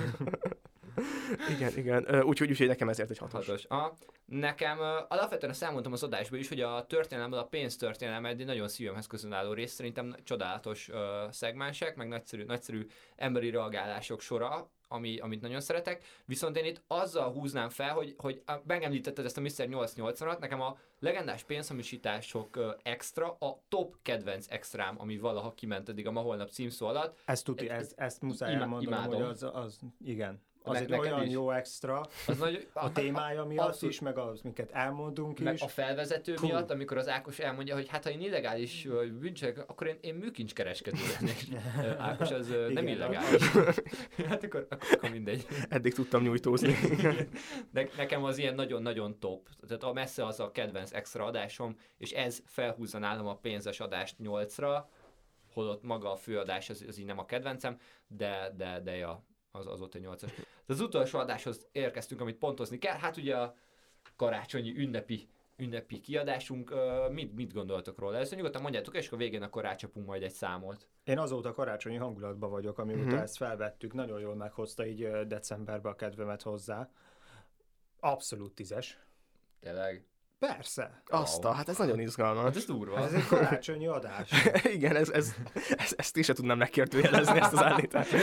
Igen. Úgyhogy nekem ezért egy 6-os. Nekem alapvetően számoltam az adásban is, hogy a történelem, a pénztörténelem egy nagyon szívemhez közel álló rész, szerintem csodálatos szegmensek, meg nagyszerű emberi reagálások sora, amit nagyon szeretek, viszont én itt azzal húznám fel, hogy megemlítetted ezt a Mr. 880-at, nekem a legendás pénzhamisítások extra, a top kedvenc extrám, ami valaha kiment eddig a Ma Holnap címszó alatt. Ezt muszáj elmondanom, hogy az igen. Az egy olyan is jó extra, a témája miatt abszolút. is, meg az, minket elmondunk meg is. a felvezető miatt, amikor az Ákos elmondja, hogy hát ha én illegális bűncselek, akkor én műkincskereskedő lennék. Ákos, az nem illegális. Hát akkor mindegy. Eddig tudtam nyújtózni. Nekem az ilyen nagyon-nagyon top. Tehát a messze az a kedvenc extra adásom, és ez felhúzza nálam a pénzes adást 8-ra, holott maga a főadás az így nem a kedvencem, de ja, az ott egy 8-as. De az utolsó adáshoz érkeztünk, amit pontozni kell. Hát ugye a karácsonyi ünnepi kiadásunk, mit gondoltok róla? Először nyugodtan mondjátok, és akkor végén akkor rácsapunk majd egy számot. Én azóta karácsonyi hangulatban vagyok, amióta ezt felvettük. Nagyon jól meghozta így decemberben a kedvemet hozzá. Abszolút 10-es. Tényleg? Persze. Hát ez nagyon izgalmas. Hát ez durva. Ez egy karácsonyi adás. Igen, ezt is se tudnám megkérdőjelezni, ezt az állítást.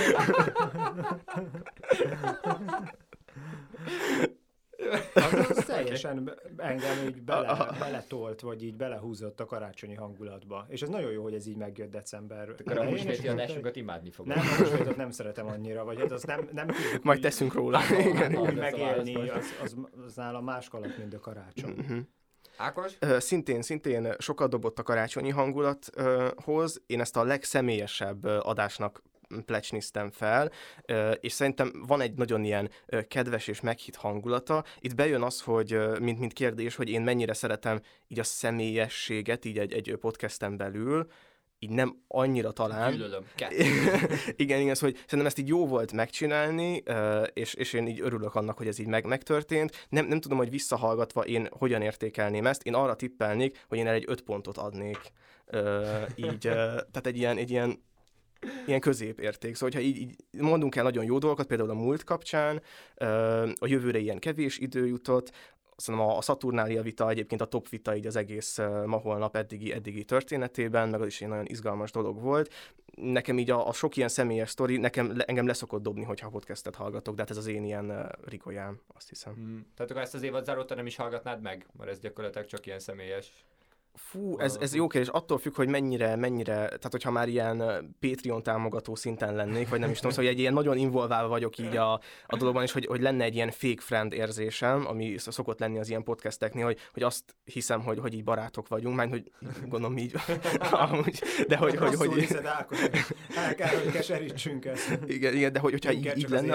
Az teljesen engem így beletolt, vagy így belehúzott a karácsonyi hangulatba. És ez nagyon jó, hogy ez így megjött december. Akkor a húsvéti adásunkat imádni fogom. Nem, a húsvétot nem szeretem annyira, vagy hát azt nem tudjuk Majd teszünk róla. úgy megélni, az nálam más kalap, mint a karácsony. Ákos? Szintén sokat dobott a karácsonyi hangulathoz. Én ezt a legszemélyesebb adásnak plecsniztem fel, és szerintem van egy nagyon ilyen kedves és meghitt hangulata. Itt bejön az, hogy mint kérdés, hogy én mennyire szeretem így a személyességet, így egy podcasten belül, így nem annyira talán. Gyűlölöm. Igen, hogy szerintem ezt így jó volt megcsinálni, és én így örülök annak, hogy ez így megtörtént. Nem tudom, hogy visszahallgatva én hogyan értékelném ezt. Én arra tippelnék, hogy én erre egy 5 pontot adnék. Tehát egy ilyen középérték. Szóval, hogyha így mondunk el nagyon jó dolgokat, például a múlt kapcsán, a jövőre ilyen kevés idő jutott, szerintem a Szaturnália vita egyébként a top vita így az egész Ma Holnap eddigi történetében, meg az is egy nagyon izgalmas dolog volt. Nekem így a sok ilyen személyes sztori, engem leszokott dobni, hogyha podcastet hallgatok, de hát ez az én ilyen rigolyám, azt hiszem. Tehát akkor ezt az évadzárót nem is hallgatnád meg? Mert ez gyakorlatilag csak ilyen személyes. Fú, ez jó kérdés, attól függ, hogy mennyire, tehát hogyha már ilyen Patreon támogató szinten lennék, vagy nem is tudom, szóval egy ilyen nagyon involválva vagyok így a dologban, és hogy lenne egy ilyen fake friend érzésem, ami szokott lenni az ilyen podcasteknél, hogy azt hiszem, hogy így barátok vagyunk, már hogy gondolom így, amúgy, de hogy hiszed, Ákos, el kell, hogy keserítsünk ezt. Igen, de hogyha így lenne,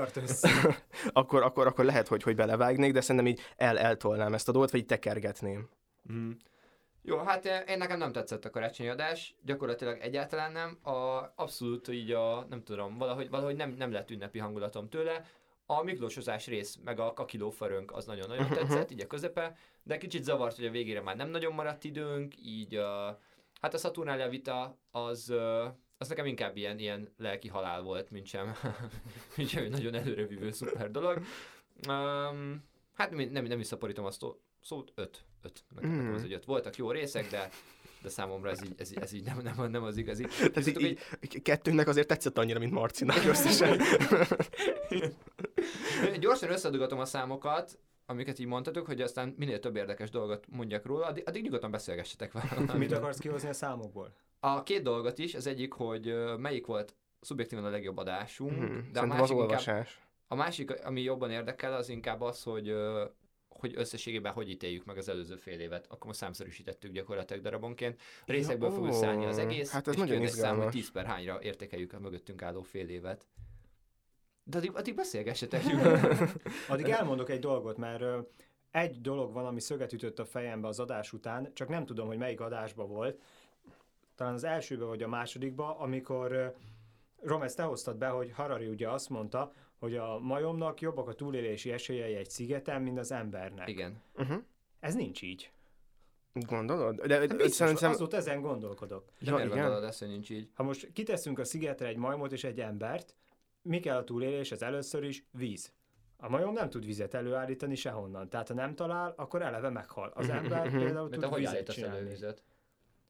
akkor lehet, hogy belevágnék, de szerintem így eltolnám ezt a dolgot, vagy így tekergetném. Jó, hát én nekem nem tetszett a karácsonyi adás, gyakorlatilag egyáltalán nem. Abszolút így nem tudom, valahogy nem lett ünnepi hangulatom tőle. A miklósozás rész, meg a kakilófarönk az nagyon-nagyon tetszett, így a közepe, de kicsit zavart, hogy a végére már nem nagyon maradt időnk, így hát a Szaturnália vita az nekem inkább ilyen lelki halál volt, mint sem egy nagyon előrevívő szuper dolog. Hát nem is szaporítom azt szót, 5. Nekem az egy 5. Voltak jó részek, de számomra ez így nem az igazi. Ez így kettőnknek azért tetszett annyira, mint Marcinak összesen. Gyorsan összedugatom a számokat, amiket így mondtatok, hogy aztán minél több érdekes dolgot mondjak róla, addig nyugodtan beszélgessetek vele. Mit akarsz kihozni a számokból? A 2 dolgot is, az egyik, hogy melyik volt szubjektíven a legjobb adásunk, de a másik másik az olvasás. A másik, ami jobban érdekel, az inkább az, hogy összességében hogy ítéljük meg az előző fél évet. Akkor most számszerűsítettük gyakorlatilag darabonként. Részekből fog összeállni az egész, hát ez és nagyon szám, hogy 10 per hányra értékeljük a mögöttünk álló fél évet. De addig beszélgessetek. Addig elmondok egy dolgot, mert egy dolog van, ami szöget ütött a fejembe az adás után, csak nem tudom, hogy melyik adásban volt. Talán az elsőben vagy a másodikban, amikor Romesz, te hoztad be, hogy Harari ugye azt mondta, hogy a majomnak jobbak a túlélési esélyei egy szigeten, mint az embernek. Igen. Ez nincs így. Gondolod? De biztos, azóta ezen gondolkodok. De miért gondolod ezt, hogy nincs így? Ha most kiteszünk a szigetre egy majmot és egy embert, mi kell a túléléshez először is? Víz. A majom nem tud vizet előállítani sehonnan, tehát ha nem talál, akkor eleve meghal. Az ember például tud vizet csinálni.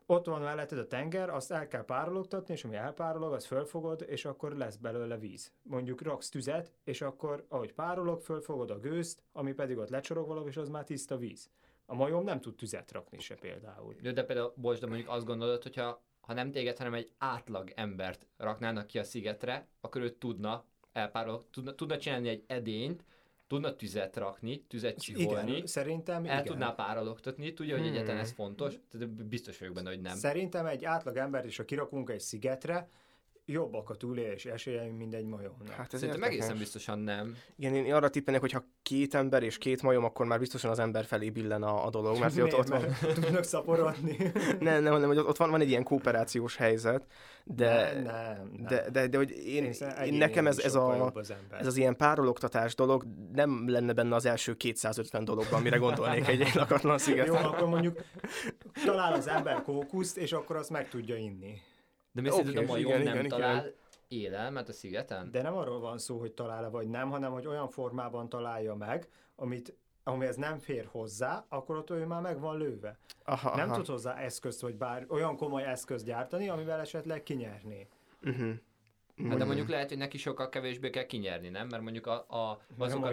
ott van melletted a tenger, azt el kell párologtatni, és ami elpárolog, az fölfogod, és akkor lesz belőle víz. Mondjuk raksz tüzet, és akkor, ahogy párolog, fölfogod a gőzt, ami pedig ott lecsorog valahogy, és az már tiszta víz. A majom nem tud tüzet rakni se például. De például, bocs, de mondjuk azt gondolod, hogyha nem téged, hanem egy átlag embert raknának ki a szigetre, akkor ő tudna tudna csinálni egy edényt, tudna tüzet rakni, tüzet csiholni. Igen, szerintem el tudná párologtatni, tudja, hogy egyáltalán ez fontos, tehát biztos vagyok benne, hogy nem. Szerintem egy átlag embert is, ha kirakunk egy szigetre, jobbak a túlélési esélyeim, mint egy majomnak. Hát ez szerintem egészen biztosan nem. Igen, én arra tippelnek, hogy ha 2 ember és 2 majom, akkor már biztosan az ember felé billen a dolog, mert ott van. Tudnak szaporodni. nem, hogy ott van egy ilyen kooperációs helyzet, de hogy én nekem ez az ilyen párologtatás dolog nem lenne benne az első 250 dologban, amire gondolnék egy lakatlan szigeten. Jó, akkor mondjuk talál az ember kókuszt, és akkor azt meg tudja inni. De mi szerinted a majom nem talál élelmet a szigeten? De nem arról van szó, hogy talál-e vagy nem, hanem hogy olyan formában találja meg, amihez nem fér hozzá, akkor ott ő már meg van lőve. Nem tud hozzá eszközt, vagy bár olyan komoly eszközt gyártani, amivel esetleg kinyerné. Hát de mondjuk lehet, hogy neki sokkal kevésbé kell kinyerni, nem? Mert mondjuk azok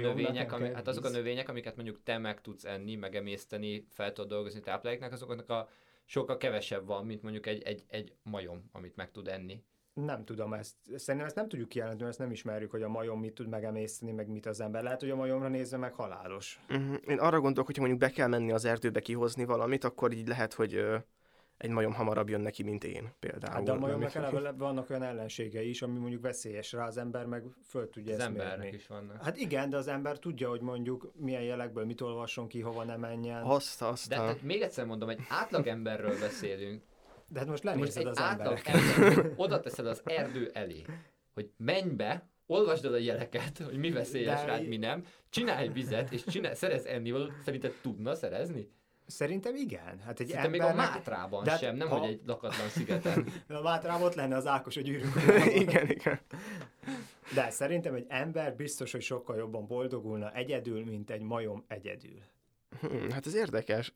a növények, amiket mondjuk te meg tudsz enni, megemészteni, fel tudod dolgozni tápláléknak, azoknak a sokkal kevesebb van, mint mondjuk egy majom, amit meg tud enni. Nem tudom ezt. Szerintem ezt nem tudjuk kijelenteni, mert ezt nem ismerjük, hogy a majom mit tud megemészteni, meg mit az ember. Lehet, hogy a majomra nézve meg halálos. Én arra gondolok, hogy mondjuk be kell menni az erdőbe kihozni valamit, akkor így lehet, hogy egy majom hamarabb jön neki, mint én például. Hát de a majomnak eleve vannak olyan ellenségei is, ami mondjuk veszélyes rá, az ember meg föl tudja ezt mérni. Az embernek is vannak. Hát igen, de az ember tudja, hogy mondjuk milyen jelekből mit olvasson ki, hova ne menjen. De még egyszer mondom, egy átlag emberről beszélünk. De hát most lenézed az embereket. Oda teszed az erdő elé, hogy menj be, olvasd el a jeleket, hogy mi veszélyes rád, mi nem, csinálj vizet, és szerezz ennivalót. Szerinted tudna szerezni? Szerintem igen. Hát egy még a Mátrában sem, nem hogy egy lakatlan szigeten. A Mátrában ott lenne az Ákos a gyűrűk. igen. De szerintem egy ember biztos, hogy sokkal jobban boldogulna egyedül, mint egy majom egyedül. Hát ez érdekes.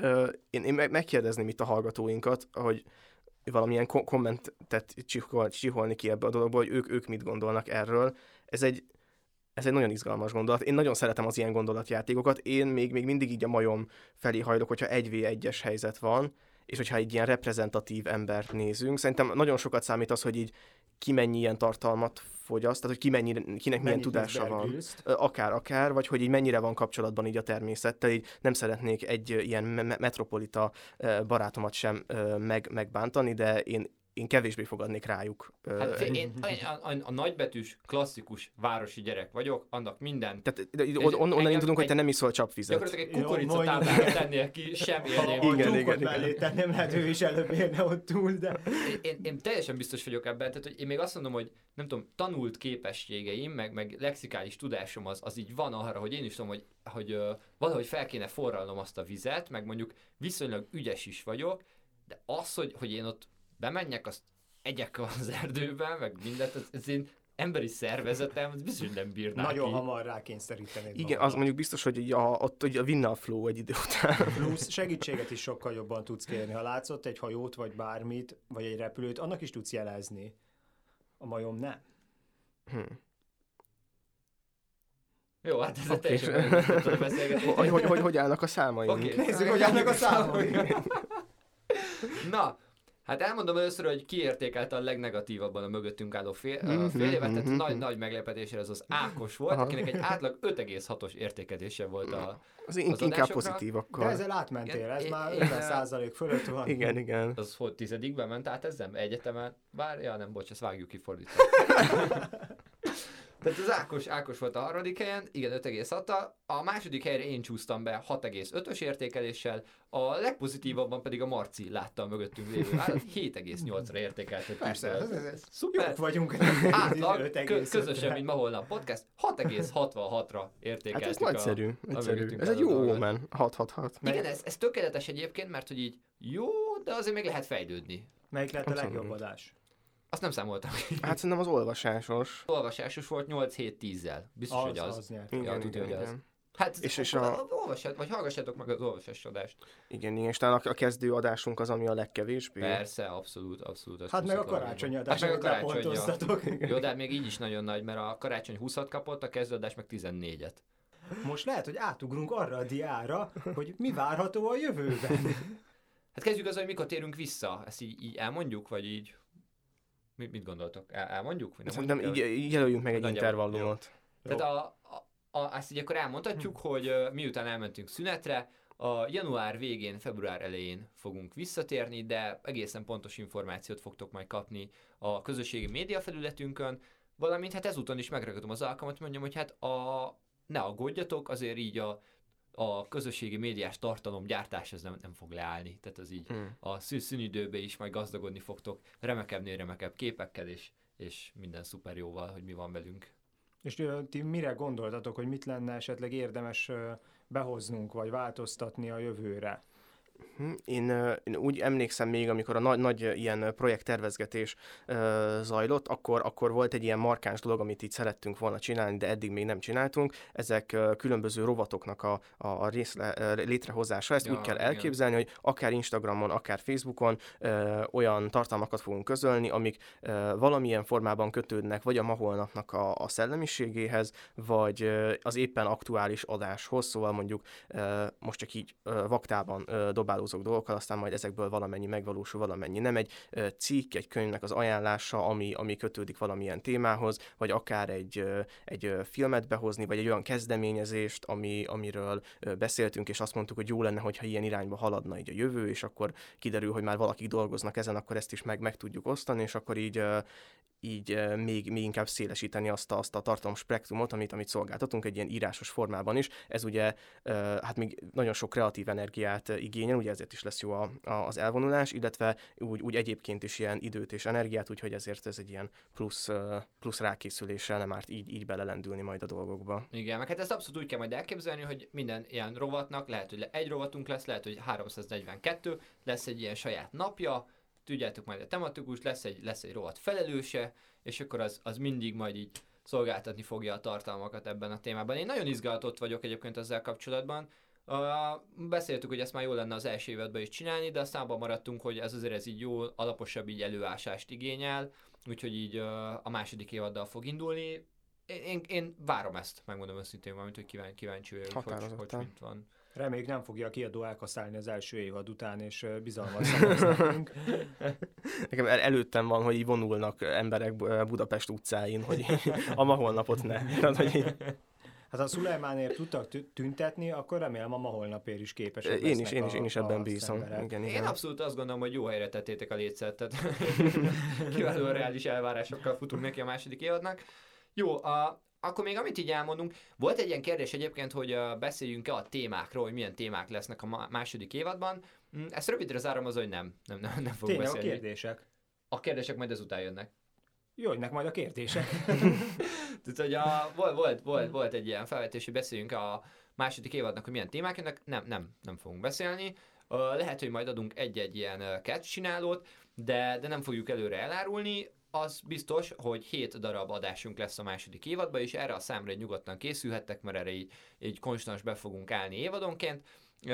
Én megkérdezném itt a hallgatóinkat, hogy valamilyen kommentet csiholni ki ebbe a dologba, hogy ők mit gondolnak erről. Ez egy nagyon izgalmas gondolat. Én nagyon szeretem az ilyen gondolatjátékokat. Én még mindig így a majom felé hajlok, hogyha 1v1-es helyzet van, és hogyha egy ilyen reprezentatív embert nézünk. Szerintem nagyon sokat számít az, hogy így ki mennyi ilyen tartalmat fogyaszt, tehát hogy kinek milyen tudása van. Akár, vagy hogy így mennyire van kapcsolatban így a természettel. Így nem szeretnék egy ilyen metropolita barátomat sem megbántani, de én kevésbé fogadnék rájuk. Hát én a nagybetűs, klasszikus városi gyerek vagyok, annak minden... Tehát onnan indulunk, hogy te nem iszol csapvizet. Gyakorlatilag egy kukoricatáblára tennél ki, sem élném. Igen. Tyúkot mellé tenném, lehet ő is előbb érne ott túl, de... Én teljesen biztos vagyok ebben, tehát hogy én még azt mondom, hogy nem tudom, tanult képességeim, meg lexikális tudásom az így van arra, hogy én is tudom, hogy valahogy fel kéne forralnom azt a vizet, meg mondjuk viszonylag ügyes is vagyok, de az, hogy én ott bemenjek, azt egyek az erdőben, meg mindent, ez én emberi szervezetem, az biztos, hogy nem bírná nagyon ki. hamar rákényszerítenéd. Igen, az mondjuk biztos, hogy ott ugye vinne a flow egy idő után. Plusz segítséget is sokkal jobban tudsz kérni. Ha látszott egy hajót, vagy bármit, vagy egy repülőt, annak is tudsz jelezni. A majom nem. Jó, hát ez teljesen a beszélgetés. Hogy állnak a számaink? Okay. Nézzük, hogy állnak a számaink. Na, hát elmondom először, hogy ki értékelte a legnegatívabban a mögöttünk álló fél évet, tehát nagy meglepetésére az Ákos volt, akinek egy átlag 5,6-os értékelése volt az inkább pozitív akkor. De ezzel átmentél, ez már 50% fölött van. Igen. Az hogy 10-ben ment át ezzel? Egyetemen? Nem, bocs, ezt vágjuk ki fordítva. Tehát az Ákos volt a harmadik helyen, igen, 5,6-tal, a második helyre én csúsztam be 6,5-ös értékeléssel, a legpozitívabban pedig a Marci látta a mögöttünk lévő állat, 7,8-ra értékeltett. Persze, ez szuper. Jók vagyunk. Átlag, közösen, mint ma holnap podcast, 6,66-ra értékeltük. Hát ez nagyszerű. Ez egy jó omen, 6,66. Igen, ez tökéletes egyébként, mert hogy így jó, de azért még lehet fejlődni. Melyik lett a legjobb adás? Azt nem számoltam. Hát szerintem az olvasásos. Olvasásos volt 8-7-10-zel. Biztos, hogy az. Nyert. Igen, tudja, hogy az. Hát és olvassátok, vagy hallgassátok meg az olvasásodást. Igen, és talán a kezdő adásunk az, ami a legkevésbé. Persze, abszolút. Hát meg a karácsonyi adás, amit lepontoztatok. Jó, de még így is nagyon nagy, mert a karácsony 20-at kapott, a kezdő adás meg 14-et. Most lehet, hogy átugrunk arra a diára, hogy mi várható a jövőben. Hát kezdjük azzal, hogy mikor térünk vissza. Ezt így elmondjuk, vagy így... Mit gondoltok? Elmondjuk? Szerintem így jelöljünk meg egy intervallumot. Tehát azt így akkor elmondhatjuk, hogy miután elmentünk szünetre, a január végén, február elején fogunk visszatérni, de egészen pontos információt fogtok majd kapni a közösségi média felületünkön, valamint hát ezúton is megragadom az alkalmat, mondjam, hogy hát ne aggódjatok, azért így a közösségi médiás tartalomgyártás ez nem fog leállni, tehát az így a szünidőben is majd gazdagodni fogtok remekebbnél remekebb képekkel, és minden szuper jóval, hogy mi van velünk. És ti mire gondoltatok, hogy mit lenne esetleg érdemes behoznunk, vagy változtatni a jövőre? Én úgy emlékszem még, amikor a nagy ilyen projekttervezgetés zajlott, akkor volt egy ilyen markáns dolog, amit így szerettünk volna csinálni, de eddig még nem csináltunk. Ezek különböző rovatoknak a létrehozása. Ezt úgy kell elképzelni, hogy akár Instagramon, akár Facebookon olyan tartalmakat fogunk közölni, amik valamilyen formában kötődnek vagy a ma holnapnak a szellemiségéhez, vagy az éppen aktuális adáshoz, szóval mondjuk most csak így vaktában dobálózok dolgokkal, aztán majd ezekből valamennyi megvalósul, valamennyi nem. Egy cikk, egy könyvnek az ajánlása, ami kötődik valamilyen témához, vagy akár egy filmet behozni, vagy egy olyan kezdeményezést, amiről beszéltünk, és azt mondtuk, hogy jó lenne, hogyha ilyen irányba haladna így a jövő, és akkor kiderül, hogy már valakik dolgoznak ezen, akkor ezt is meg tudjuk osztani, és akkor így még inkább szélesíteni azt a tartalomspektrumot, amit szolgáltatunk egy ilyen írásos formában is. Ez ugye hát még nagyon sok kreatív energiát igényel, ugye ezért is lesz jó az elvonulás, illetve úgy egyébként is ilyen időt és energiát, úgyhogy ezért ez egy ilyen plusz rákészüléssel nem árt így belelendülni majd a dolgokba. Igen, meg hát ezt abszolút úgy kell majd elképzelni, hogy minden ilyen rovatnak, lehet, hogy egy rovatunk lesz, lehet, hogy 342, lesz egy ilyen saját napja, tudjátok majd a tematikus, lesz egy rovat felelőse, és akkor az mindig majd így szolgáltatni fogja a tartalmakat ebben a témában. Én nagyon izgatott vagyok egyébként ezzel kapcsolatban. Beszéltük, hogy ezt már jó lenne az első évadban is csinálni, de aztán abban maradtunk, hogy ez így jó, alaposabb így előásást igényel, úgyhogy így a második évaddal fog indulni. Én várom ezt, megmondom őszintén, valamint, hogy kíváncsi vagyok, hogy mint van. Reméljük nem fogja a kiadó elkaszálni az első évad után, és bizalmat szavaz nekünk. Nekem előttem van, hogy így vonulnak emberek Budapest utcáin, hogy a ma holnapot ne. Hát ha Szulajmánért tudtak tüntetni, akkor remélem a ma holnapért is képesek lesznek én is ebben bízom. Igen. Én abszolút azt gondolom, hogy jó helyre tettétek a létszet, tehát kiválóan reális elvárásokkal futunk neki a második évadnak. Jó, akkor még amit így elmondunk, volt egy ilyen kérdés egyébként, hogy beszéljünk-e a témákról, hogy milyen témák lesznek a második évadban. Ezt rövidre zárom az, hogy nem fogunk beszélni. A kérdések? A kérdések majd ezután jönnek. Jönnek majd a kérdések. Tehát, hogy volt egy ilyen felvetés, hogy beszéljünk a második évadnak, hogy milyen témák jönnek. Nem fogunk beszélni. Lehet, hogy majd adunk egy-egy ilyen catch-csinálót, de nem fogjuk előre elárulni. Az biztos, hogy 7 darab adásunk lesz a második évadban, és erre a számra nyugodtan készülhettek, mert erre így konstans be fogunk állni évadonként.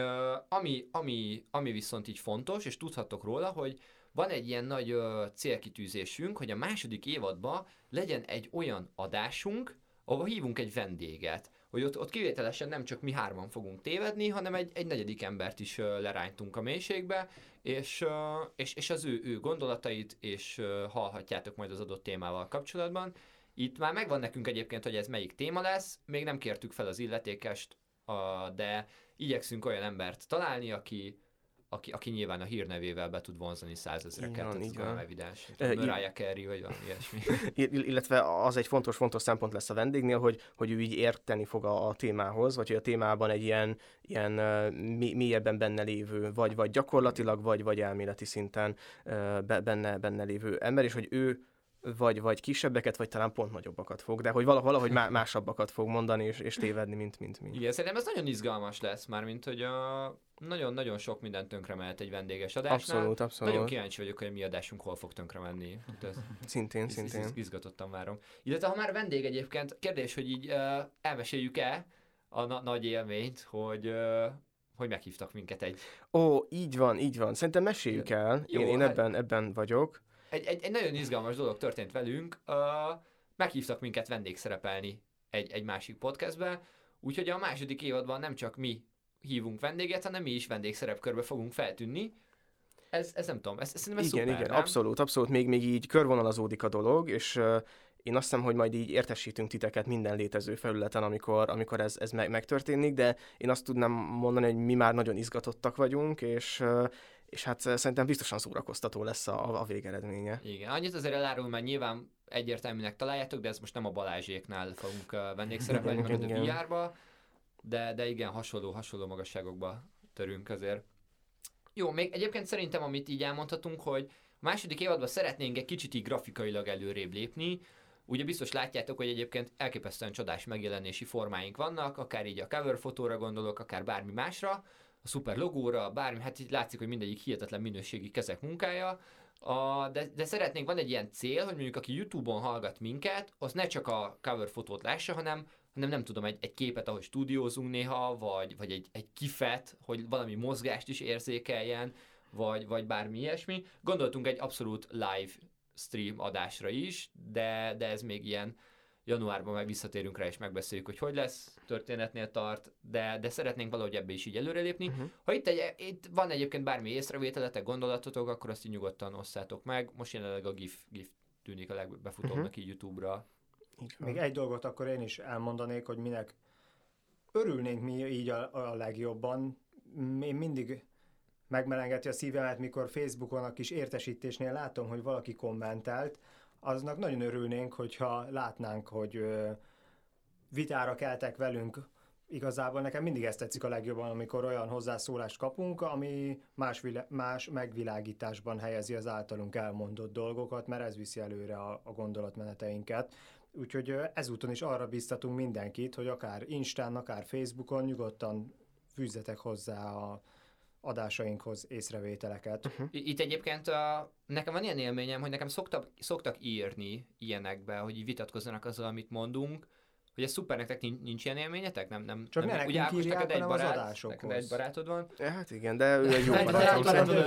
Ami viszont így fontos, és tudhattok róla, hogy van egy ilyen nagy célkitűzésünk, hogy a második évadban legyen egy olyan adásunk, ahol hívunk egy vendéget, hogy ott kivételesen nem csak mi hárman fogunk tévedni, hanem egy negyedik embert is leránytunk a mélységbe, és az ő gondolatait, és hallhatjátok majd az adott témával kapcsolatban. Itt már megvan nekünk egyébként, hogy ez melyik téma lesz, még nem kértük fel az illetékest, de igyekszünk olyan embert találni, aki nyilván a hírnevével be tud vonzani 100 000-eket, tehát ez nem evidens. Mariah Carey, vagy valami ilyesmi. Illetve az egy fontos szempont lesz a vendégnél, hogy ő így érteni fog a témához, vagy hogy a témában egy ilyen mélyebben benne lévő, vagy gyakorlatilag, vagy elméleti szinten benne lévő ember, és hogy ő vagy kisebbeket, vagy talán pont nagyobbakat fog, de hogy valahogy másabbakat fog mondani, és tévedni, mint mi. Igen, szerintem ez nagyon izgalmas lesz, mármint, hogy nagyon-nagyon sok minden tönkre mehet egy vendéges adásnál. Abszolút. Nagyon kíváncsi vagyok, hogy a mi adásunk hol fog tönkre menni. Szintén. Izgatottan várom. Illetve ha már vendég egyébként, kérdés, hogy így elmeséljük-e nagy élményt, hogy meghívtak minket egy... Így van. Szerintem meséljük el. Jó, Én ebben vagyok. Egy nagyon izgalmas dolog történt velünk. Meghívtak minket vendégszerepelni egy másik podcastbe, úgyhogy a második évadban nem csak mi hívunk vendéget, hanem mi is vendégszerepkörbe fogunk feltűnni. Ez nem tudom, ez szerintem szuper, Igen, nem? abszolút. Még így körvonalazódik a dolog, és én azt hiszem, hogy majd így értesítünk titeket minden létező felületen, amikor ez megtörténik, de én azt tudnám mondani, hogy mi már nagyon izgatottak vagyunk, és hát szerintem biztosan szórakoztató lesz a végeredménye. Igen, annyit azért elárul, mert nyilván egyértelműnek találjátok, de ez most nem a Balázséknál fogunk vendégszerepelni, meg a VR-ba, de igen, hasonló magasságokba törünk azért. Jó, még egyébként szerintem, amit így elmondhatunk, hogy a második évadban szeretnénk egy kicsit így grafikailag előrébb lépni. Ugye biztos látjátok, hogy egyébként elképesztően csodás megjelenési formáink vannak, akár így a cover fotóra gondolok, akár bármi másra, a szuper logóra, bármi, hát így látszik, hogy mindegyik hihetetlen minőségi kezek munkája, de szeretnénk, van egy ilyen cél, hogy mondjuk aki YouTube-on hallgat minket, az ne csak a cover fotót lássa, hanem nem tudom, egy képet, ahogy stúdiózunk néha, vagy egy kifet, hogy valami mozgást is érzékeljen, vagy bármi ilyesmi. Gondoltunk egy abszolút live stream adásra is, de ez még ilyen januárban meg visszatérünk rá és megbeszéljük, hogy lesz, történetnél tart, de szeretnénk valahogy ebbe is így előrelépni. Ha itt van egyébként bármi észrevételetek, gondolatotok, akkor azt így nyugodtan osszátok meg. Most jelenleg a GIF tűnik a legbefutóbbnak így YouTube-ra. Még egy dolgot akkor én is elmondanék, hogy minek örülnénk mi így a legjobban. Én mindig megmelengeti a szívemet, mikor Facebookon a kis értesítésnél látom, hogy valaki kommentelt, aznak nagyon örülnénk, hogyha látnánk, hogy vitára keltek velünk. Igazából nekem mindig ezt tetszik a legjobban, amikor olyan hozzászólást kapunk, ami más megvilágításban helyezi az általunk elmondott dolgokat, mert ez viszi előre a gondolatmeneteinket. Úgyhogy ezúton is arra biztatunk mindenkit, hogy akár Instán, akár Facebookon nyugodtan fűzzetek hozzá a adásainkhoz észrevételeket. Itt egyébként nekem van ilyen élményem, hogy nekem szoktak írni ilyenekbe, hogy így vitatkozzanak azzal, amit mondunk, hogy ez szuper, nektek nincs ilyen élményetek? Nem, csak ne nekünk írják, hanem az adásokhoz. Neked egy barátod van? Hát igen, de ő egy jó barátod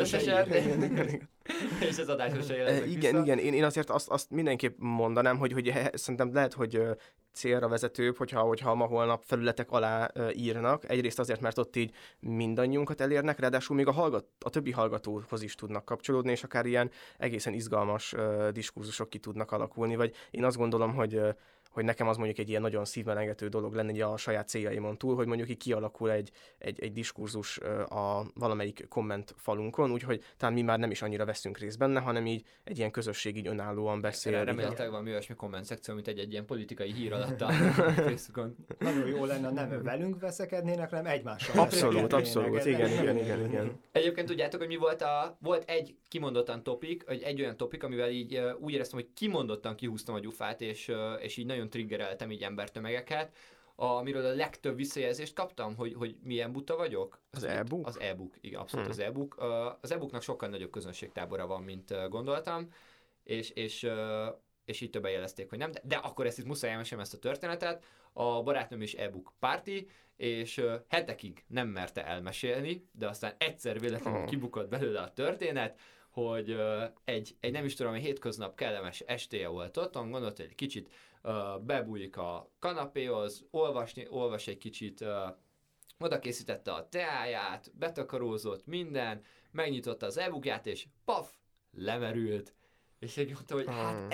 és az adáshoz se jelentek Igen, én azért azt mindenképp mondanám, hogy szerintem lehet, hogy célra vezetőbb, hogyha ma holnap felületek alá írnak. Egyrészt azért, mert ott így mindannyiunkat elérnek, ráadásul még a többi hallgatóhoz is tudnak kapcsolódni, és akár ilyen egészen izgalmas diskurzusok ki tudnak alakulni, vagy én azt gondolom, hogy nekem az mondjuk egy ilyen nagyon szívmelengető dolog lenne a saját céljaimon túl, hogy mondjuk így kialakul egy diskurzus a valamelyik komment falunkon, úgyhogy talán mi már nem is annyira veszünk részt benne, hanem így egy ilyen közösség így önállóan beszél. Remélhetőleg van olyasmi komment szekció, mint egy ilyen politikai hír alatt a Facebookon. Nagyon jó lenne, nem velünk veszekednének, hanem egymással. Abszolút, igen. Egyébként tudjátok, hogy mi volt egy kimondottan topik, egy olyan topik, amivel így úgy éreztem, hogy kimondottan kihúztam a gyufát, és így nagyon triggereltem így embertömegeket, amiről a legtöbb visszajelzést kaptam, hogy milyen buta vagyok. Az e-book? Az e-book, igen, abszolút az e-book. Az e-booknak sokkal nagyobb közönségtábora van, mint gondoltam, és így többen jelezték, hogy nem, de akkor ezt itt muszáj elmesélni ezt a történetet. A barátnőm is e-book párti, és hetekig nem merte elmesélni, de aztán egyszer véletlenül kibukott belőle a történet, hogy egy nem is tudom, egy hétköznap kellemes estéje volt ott, gondolt, hogy egy kicsit bebújik a kanapéhoz, olvas egy kicsit, oda készítette a teáját, betakarózott minden, megnyitotta az e-bookját, és paf, lemerült. És egy mondta, hogy hát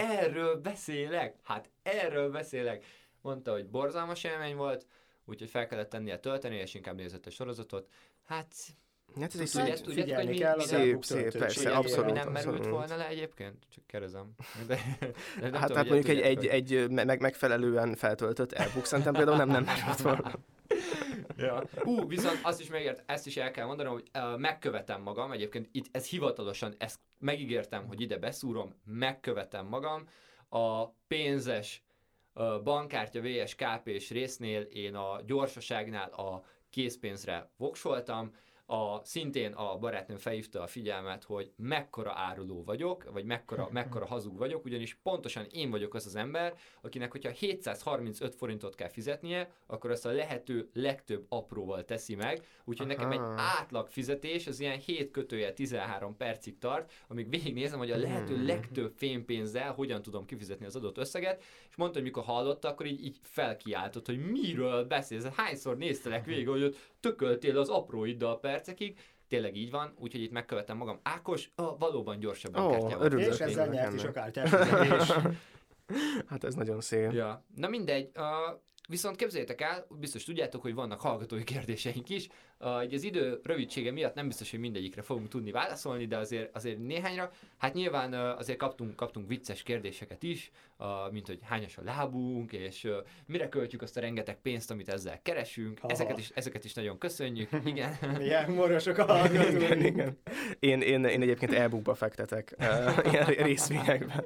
erről beszélek. Mondta, hogy borzalmas élmény volt, úgyhogy fel kellett tennie tölteni, és inkább nézett a sorozatot. Hát ez egy figyelni kell, szép, persze, abszolút. Mi nem merült volna le egyébként? Csak kérdezem. De hát mondjuk egy megfelelően feltöltött e-book szerintem például nem merült volna. Ja. Viszont ezt is el kell mondanom, hogy megkövetem magam, egyébként itt ez hivatalosan, ezt megígértem, hogy ide beszúrom, megkövetem magam. A pénzes bankkártya VS KP-s résznél én a gyorsaságnál a készpénzre voksoltam, Szintén a barátnőm felhívta a figyelmet, hogy mekkora áruló vagyok, vagy mekkora hazug vagyok, ugyanis pontosan én vagyok az az ember, akinek, hogyha 735 forintot kell fizetnie, akkor azt a lehető legtöbb apróval teszi meg, úgyhogy nekem egy átlag fizetés az ilyen 7-13 percig tart, amíg végignézem, hogy a lehető legtöbb fémpénzzel hogyan tudom kifizetni az adott összeget, és mondta, hogy mikor hallotta, akkor így felkiáltott, hogy miről beszélsz, hányszor néztelek végig, hogy ott tököltél az apróiddal percekig, tényleg így van, úgyhogy itt megkövetem magam. Ákos, valóban gyorsabban kártyával. És ezzel nyert is a kártyás. Hát ez nagyon szép. Ja. Na mindegy, viszont képzeljétek el, biztos tudjátok, hogy vannak hallgatói kérdéseink is. Így az idő rövidsége miatt nem biztos, hogy mindegyikre fogunk tudni válaszolni, de azért néhányra. Hát nyilván azért kaptunk vicces kérdéseket is, mint hogy hányas a lábunk, és mire költjük azt a rengeteg pénzt, amit ezzel keresünk. Ezeket is nagyon köszönjük. Igen. Milyen morosok a hallgatók. Igen. Én egyébként e-bookba fektetek ilyen részvényekben.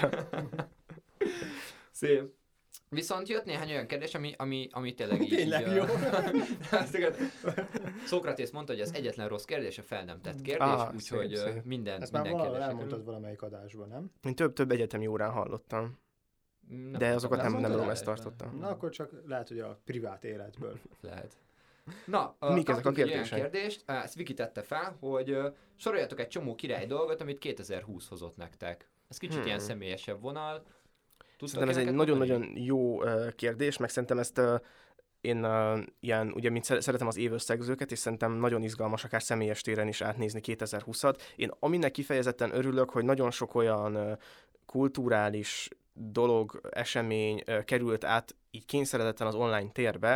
Szép. Viszont jött néhány olyan kérdés, ami tényleg így... Tényleg jó. Szókratész mondta, hogy ez egyetlen rossz kérdés, a fel nem tett kérdés, úgyhogy minden ezt már elmondtad valamelyik adásban, nem? Én több egyetemi órán hallottam. De azokat nem ezt tartottam. Na akkor csak lehet, hogy a privát életből. Lehet. Na, mik ezek a kérdések? Olyan kérdést, ezt Viki tette fel, hogy soroljatok egy csomó király dolgot, amit 2020 hozott nektek. Ez kicsit ilyen személyesebb vonal. Szerintem ez egy nagyon-nagyon jó kérdés, meg szerintem ezt én ilyen, ugye mint szeretem az évösszegzőket, és szerintem nagyon izgalmas akár személyes téren is átnézni 2020-at. Én aminek kifejezetten örülök, hogy nagyon sok olyan kulturális dolog, esemény került át így kényszeredetten az online térbe,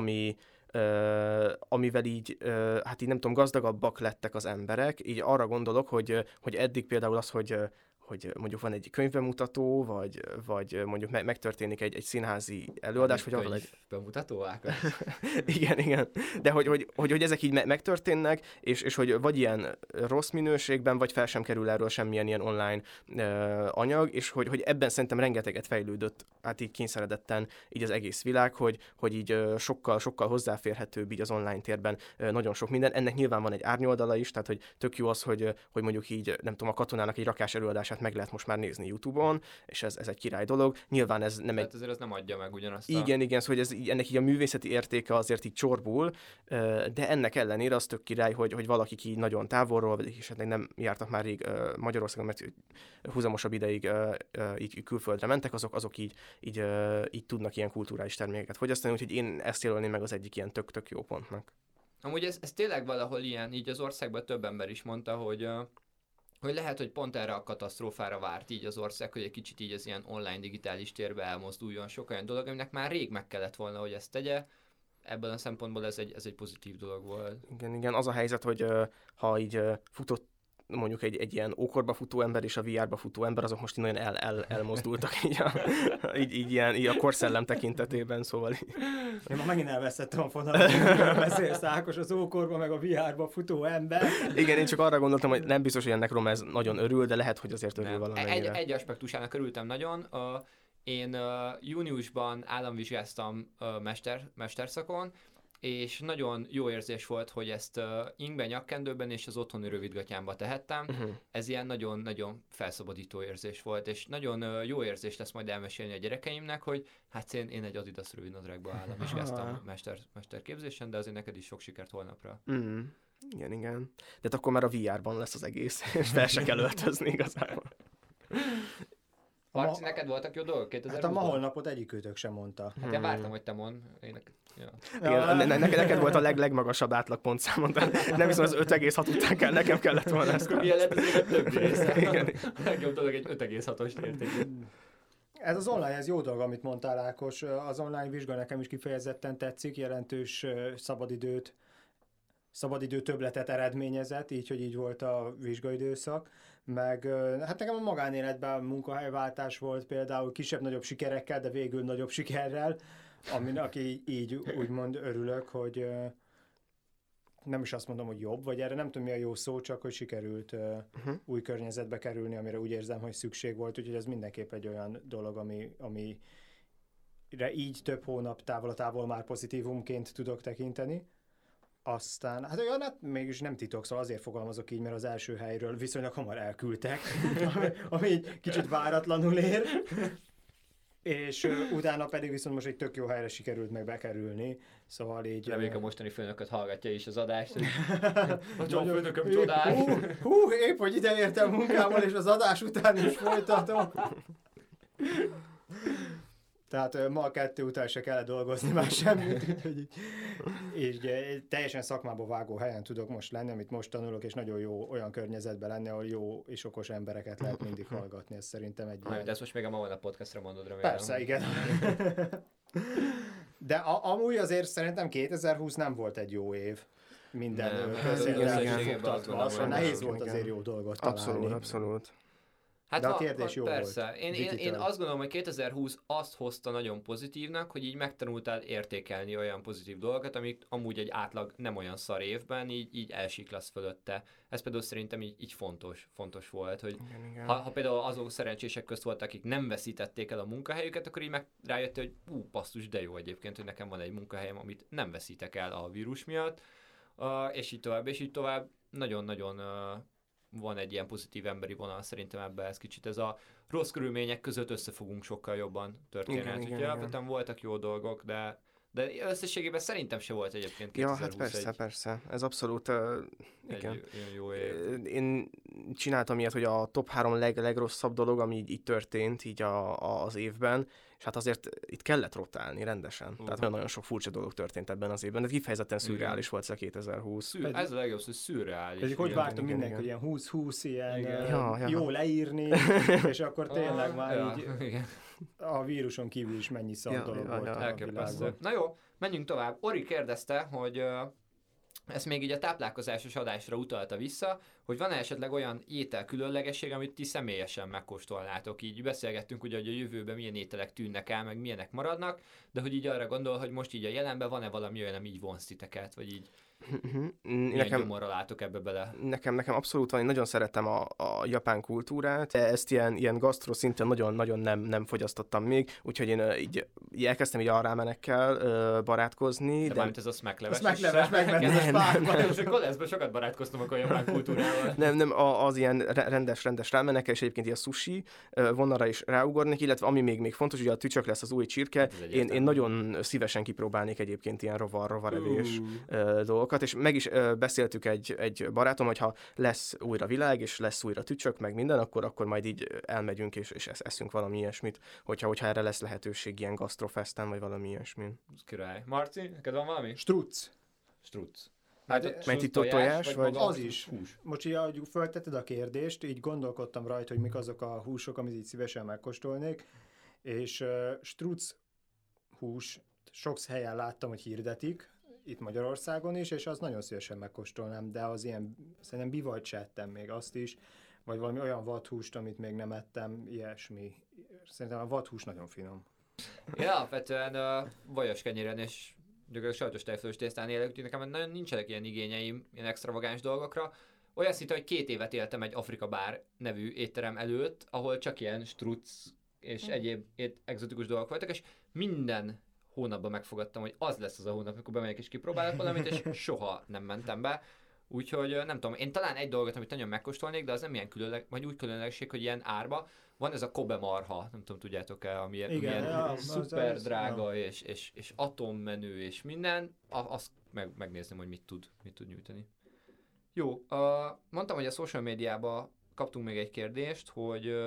amivel így, hát így nem tudom, gazdagabbak lettek az emberek. Így arra gondolok, hogy eddig például az, hogy mondjuk van egy könyvbemutató, vagy mondjuk megtörténik egy színházi előadás, vagy arról egy... bemutató, igen. De hogy ezek így megtörténnek, és hogy vagy ilyen rossz minőségben, vagy fel sem kerül erről semmilyen ilyen online anyag, és hogy ebben szerintem rengeteget fejlődött, hát így kényszeredetten így az egész világ, hogy így sokkal hozzáférhetőbb így az online térben nagyon sok minden. Ennek nyilván van egy árnyoldala is, tehát hogy tök jó az, hogy mondjuk így, nem tudom, a katonának egy rakás előadását meg lehet most már nézni YouTube-on, és ez egy király dolog. Nyilván ez nem egy... azért ez nem adja meg ugyanazt Igen, szóval ennek így a művészeti értéke azért így csorbul, de ennek ellenére az tök király, hogy valakik így nagyon távolról, vagy esetleg nem jártak már rég Magyarországon, mert húzamosabb ideig így külföldre mentek, azok így tudnak ilyen kulturális termékeket fogyasztani, úgyhogy én ezt jelölném meg az egyik ilyen tök jó pontnak. Amúgy ez tényleg valahol ilyen, így az országban több ember is mondta, hogy lehet, hogy pont erre a katasztrófára várt így az ország, hogy egy kicsit így az ilyen online digitális térbe elmozduljon sok olyan dolog, aminek már rég meg kellett volna, hogy ezt tegye. Ebből a szempontból ez egy pozitív dolog volt. Igen, az a helyzet, hogy ha így futott mondjuk egy ilyen ókorba futó ember és a VR-ba futó ember, azok most nagyon elmozdultak így a korszellem tekintetében, szóval... Én már megint elvesztettem a fonalat, hogy beszélsz Ákos, az ókorba meg a VR-ba futó ember. Igen, én csak arra gondoltam, hogy nem biztos, hogy ennek ez nagyon örül, de lehet, hogy azért örül valamennyire. Egy aspektusának örültem nagyon. Én júniusban államvizsgáztam mesterszakon, és nagyon jó érzés volt, hogy ezt ingben, nyakkendőben és az otthoni rövidgatyámba tehettem. Ez ilyen nagyon-nagyon felszabadító érzés volt, és nagyon jó érzés lesz majd elmesélni a gyerekeimnek, hogy hát én egy Adidas rövidnadrágba államvizsgáztam mesterképzésen, de azért neked is sok sikert holnapra. Igen. De akkor már a VR-ban lesz az egész, és fel se kell öltözni igazából. Marci, neked voltak jó dolgok 2020-ban? Hát a ma holnapot egyikőtök sem mondta. Hát én vártam, hogy te mondd. Neked volt a legmagasabb átlagpontszámon, nem hiszem, az 5,6 után nekem kellett volna ezt. Milyen lett az élet többi része? Igen. Legjobb dolog egy 5,6-os értékű. Ez az online, ez jó dolog, amit mondtál, Ákos. Az online vizsga nekem is kifejezetten tetszik, jelentős szabadidő többletet eredményezett, így, hogy így volt a vizsgaidőszak. Meg hát nekem a magánéletben munkahelyváltás volt például kisebb-nagyobb sikerekkel, de végül nagyobb sikerrel, aminek így úgymond örülök, hogy nem is azt mondom, hogy jobb, vagy erre nem tudom mi a jó szó, csak hogy sikerült új környezetbe kerülni, amire úgy érzem, hogy szükség volt, úgyhogy ez mindenképp egy olyan dolog, amire így több hónap távol már pozitívumként tudok tekinteni. Aztán, hát olyan hát mégis nem titok, szóval azért fogalmazok így, mert az első helyről viszonylag hamar elküldtek, ami egy kicsit váratlanul ér. És utána pedig viszont most egy tök jó helyre sikerült meg bekerülni, szóval így... Reméljük a mostani főnököt hallgatja is az adást, hogy nagyon főnököm csodás. Épp, hogy ide értem munkámmal, és az adás után is folytatom. Tehát ma a 2 után se kellett dolgozni már semmit, és teljesen szakmába vágó helyen tudok most lenni, amit most tanulok, és nagyon jó olyan környezetben lenni, ahol jó és okos embereket lehet mindig hallgatni, ez szerintem egy... De ezt most még a ma a podcastra mondod, remélem. Persze, igen. De amúgy azért szerintem 2020 nem volt egy jó év. Minden közérdekben, szóval nehéz volt azért jó dolgot találni. Abszolút. Hát de a kérdés jó persze. volt. Én azt gondolom, hogy 2020 azt hozta nagyon pozitívnak, hogy így megtanultál értékelni olyan pozitív dolgokat, amik amúgy egy átlag nem olyan szar évben, így elsiklasz fölötte. Ez például szerintem így fontos volt, hogy igen. Ha például azok szerencsések közt voltak, akik nem veszítették el a munkahelyüket, akkor így rájöttél, hogy basszus, de jó egyébként, hogy nekem van egy munkahelyem, amit nem veszítek el a vírus miatt, és így tovább. Nagyon-nagyon van egy ilyen pozitív emberi vonal szerintem ebben, ez kicsit ez a rossz körülmények között összefogunk sokkal jobban történet. Úgyhogy alapvetően voltak jó dolgok, de összességében szerintem se volt egyébként 2020 ja, hát persze. Ez abszolút igen. Egy jó év. Én csináltam ilyet, hogy a top 3 legrosszabb dolog, ami így történt így az évben, és hát azért itt kellett rotálni rendesen. Tehát nagyon sok furcsa dolog történt ebben az évben, de kifejezetten szürreális volt ez a 2020. Ez a legjobb, hogy szürreális. Pedig hogy vártam mindenki, hogy ilyen 20-20 ilyen jó leírni, és akkor tényleg már így a víruson kívül is mennyi szar dolog volt a világban. Na jó, menjünk tovább. Ori kérdezte, hogy ezt még így a táplálkozásos adásra utalta vissza, hogy van-e esetleg olyan étel különlegesség, amit ti személyesen megkóstolnátok. Így beszélgettünk ugye, hogy a jövőben milyen ételek tűnnek el, meg milyenek maradnak, de hogy így arra gondol, hogy most így a jelenben van-e valami olyan, ami így vonz titeket, vagy így milyen gyomorral álltok ebbe bele? Nekem abszolút van, én nagyon szeretem a japán kultúrát, ezt ilyen gasztro szinten nagyon nem fogyasztottam még, úgyhogy én így elkezdtem így arrámenekkel barátkozni. De mármint ez a smackleves. Smackleves, és akkor sokat barátkoztam a japán kultúrával. Nem, az ilyen rendes rámenekkel, és egyébként ilyen sushi vonalra is ráugornék, illetve ami még fontos, ugye a tücsök lesz az új csirke, én nagyon szívesen kipróbálnék egyébként ilyen rovarevés dolgokat, és meg is beszéltük egy barátom, hogy ha lesz újra világ, és lesz újra tücsök, meg minden, akkor majd így elmegyünk, és eszünk valami ilyesmit, hogyha erre lesz lehetőség ilyen gastrofesten, vagy valami ilyesmin. Király. Marci, neked van valami? Struc. Hát tojás, vagy az is. Hús. Most így, ahogy föltetted a kérdést, így gondolkodtam rajta, hogy mik azok a húsok, amit így szívesen megkóstolnék, és struc hús sok helyen láttam, hogy hirdetik, itt Magyarországon is, és azt nagyon szívesen megkóstolnám, de az ilyen, szerintem bivajt se ettem még azt is, vagy valami olyan vadhúst, amit még nem ettem, ilyesmi. Szerintem a vadhús nagyon finom. Ja, alapvetően vajos kenyéren és gyakorlatilag sajtos tejfölös tésztán élek, úgyhogy nekem nagyon nincsenek ilyen igényeim, ilyen extravagáns dolgokra. Olyan szinte, hogy 2 évet éltem egy Afrika Bar nevű étterem előtt, ahol csak ilyen struc és egyéb egzotikus dolgok voltak, és minden hónapban megfogadtam, hogy az lesz az a hónap, amikor bemegyek és kipróbálok valamit, és soha nem mentem be. Úgyhogy nem tudom, én talán egy dolgot, amit nagyon megkóstolnék, de az nem ilyen vagy úgy különlegség, hogy ilyen árba. Van ez a Kobe marha, nem tudom, tudjátok-e, ami ilyen szuper drága, és atommenő, és minden. Azt megnézném, hogy mit tud nyújtani. Jó, mondtam, hogy a social médiában kaptunk még egy kérdést, hogy